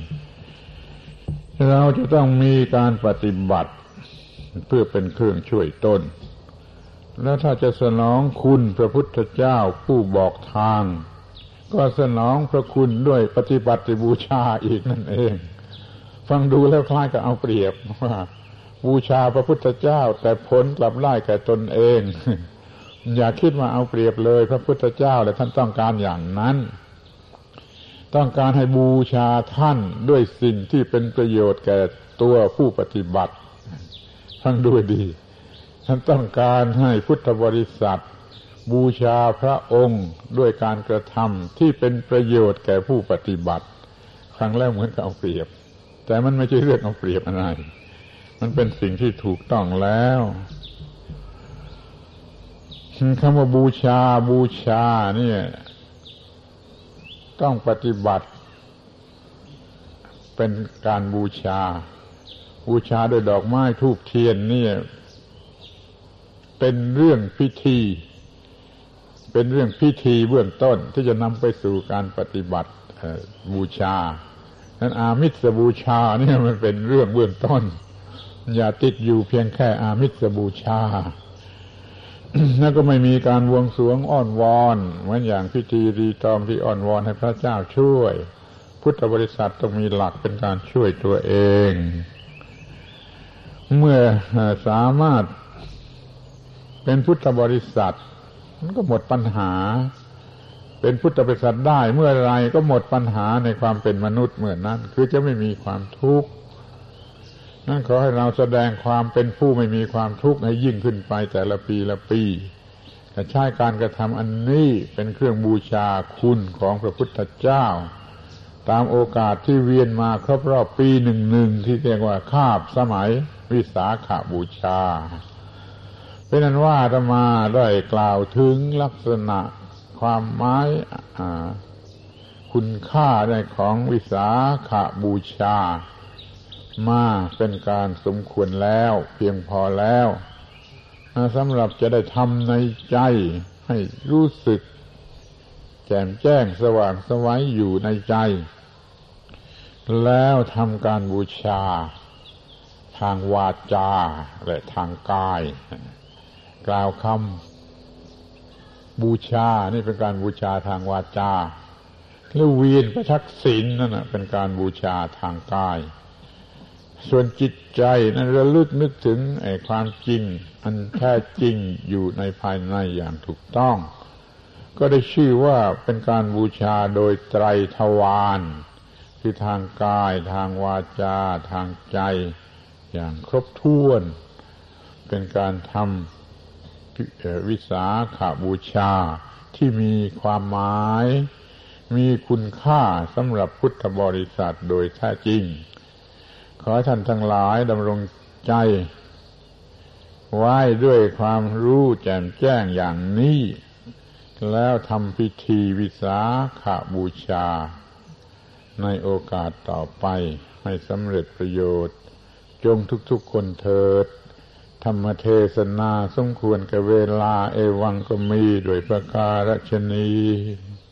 A: เราจะต้องมีการปฏิบัติเพื่อเป็นเครื่องช่วยตนแล้วถ้าจะสนองคุณพระพุทธเจ้าผู้บอกทางก็สนองพระคุณด้วยปฏิบัติบูชาอีกนั่นเองฟังดูแล้วคล้ายกับเอาเปรียบว่าบูชาพระพุทธเจ้าแต่ผลกลับได้แก่ตนเองอย่าคิดว่าเอาเปรียบเลยพระพุทธเจ้าและท่านต้องการอย่างนั้นต้องการให้บูชาท่านด้วยสิ่งที่เป็นประโยชน์แก่ตัวผู้ปฏิบัติฟังดูดีท่านต้องการให้พุทธบริษัทบูชาพระองค์ด้วยการกระทำที่เป็นประโยชน์แก่ผู้ปฏิบัติฟังแล้วเหมือนกับเอาเปรียบแต่มันไม่ใช่เรื่องเอาเปรียบอะไรมันเป็นสิ่งที่ถูกต้องแล้วคำว่าบูชาเนี่ยต้องปฏิบัติเป็นการบูชาด้วยดอกไม้ธูปเทียนนี่เป็นเรื่องพิธีเบื้องต้นที่จะนำไปสู่การปฏิบัติบูชานั้นอามิสบูชาเนี่ยมันเป็นเรื่องเบื้องต้นอย่าติดอยู่เพียงแค่อามิสบูชาแล้วก็ไม่มีการบวงสรวงอ้อนวอนเหมือนอย่างพิธีรีตองที่อ้อนวอนให้พระเจ้าช่วยพุทธบริษัทต้องมีหลักเป็นการช่วยตัวเองเมื่อสามารถเป็นพุทธบริษัทมันก็หมดปัญหาเป็นพุทธบริษัทได้เมื่อไรก็หมดปัญหาในความเป็นมนุษย์เมื่อนั้นคือจะไม่มีความทุกข์นั่นขอให้เราแสดงความเป็นผู้ไม่มีความทุกข์ให้ยิ่งขึ้นไปแต่ละปีแต่ใช้การกระทำอันนี้เป็นเครื่องบูชาคุณของพระพุทธเจ้าตามโอกาสที่เวียนมาครบรอบปีหนึ่งที่เรียกว่าคาบสมัยวิสาขบูชา
B: เป็นนั้นว่าอาตมาได้กล่าวถึงลักษณะความหมายคุณค่าในของวิสาขบูชามาเป็นการสมควรแล้วเพียงพอแล้วสำหรับจะได้ทำในใจให้รู้สึกแจ่มแจ้งสว่างไสวอยู่ในใจแล้วทำการบูชาทางวาจาและทางกายกล่าวคำบูชานี่เป็นการบูชาทางวาจาแล้วเวียนประทักษิณนั่นน่ะเป็นการบูชาทางกายส่วนจิตใจนั้นระลึกนึกถึงไอ้ความจริงอันแท้จริงอยู่ในภายในอย่างถูกต้องก็ได้ชื่อว่าเป็นการบูชาโดยไตรทวารคือทางกายทางวาจาทางใจอย่างครบถ้วนเป็นการทำวิสาขบูชาที่มีความหมายมีคุณค่าสำหรับพุทธบริษัทโดยแท้จริงขอให้ท่านทั้งหลายดำรงใจไว้ด้วยความรู้แจ่มแจ้งอย่างนี้แล้วทำพิธีวิสาขบูชาในโอกาสต่อไปให้สำเร็จประโยชน์จงทุกๆคนเถิดธรรมเทศนาสมควรแก่เวลาเอวังก็มีโดยประการฉะนี้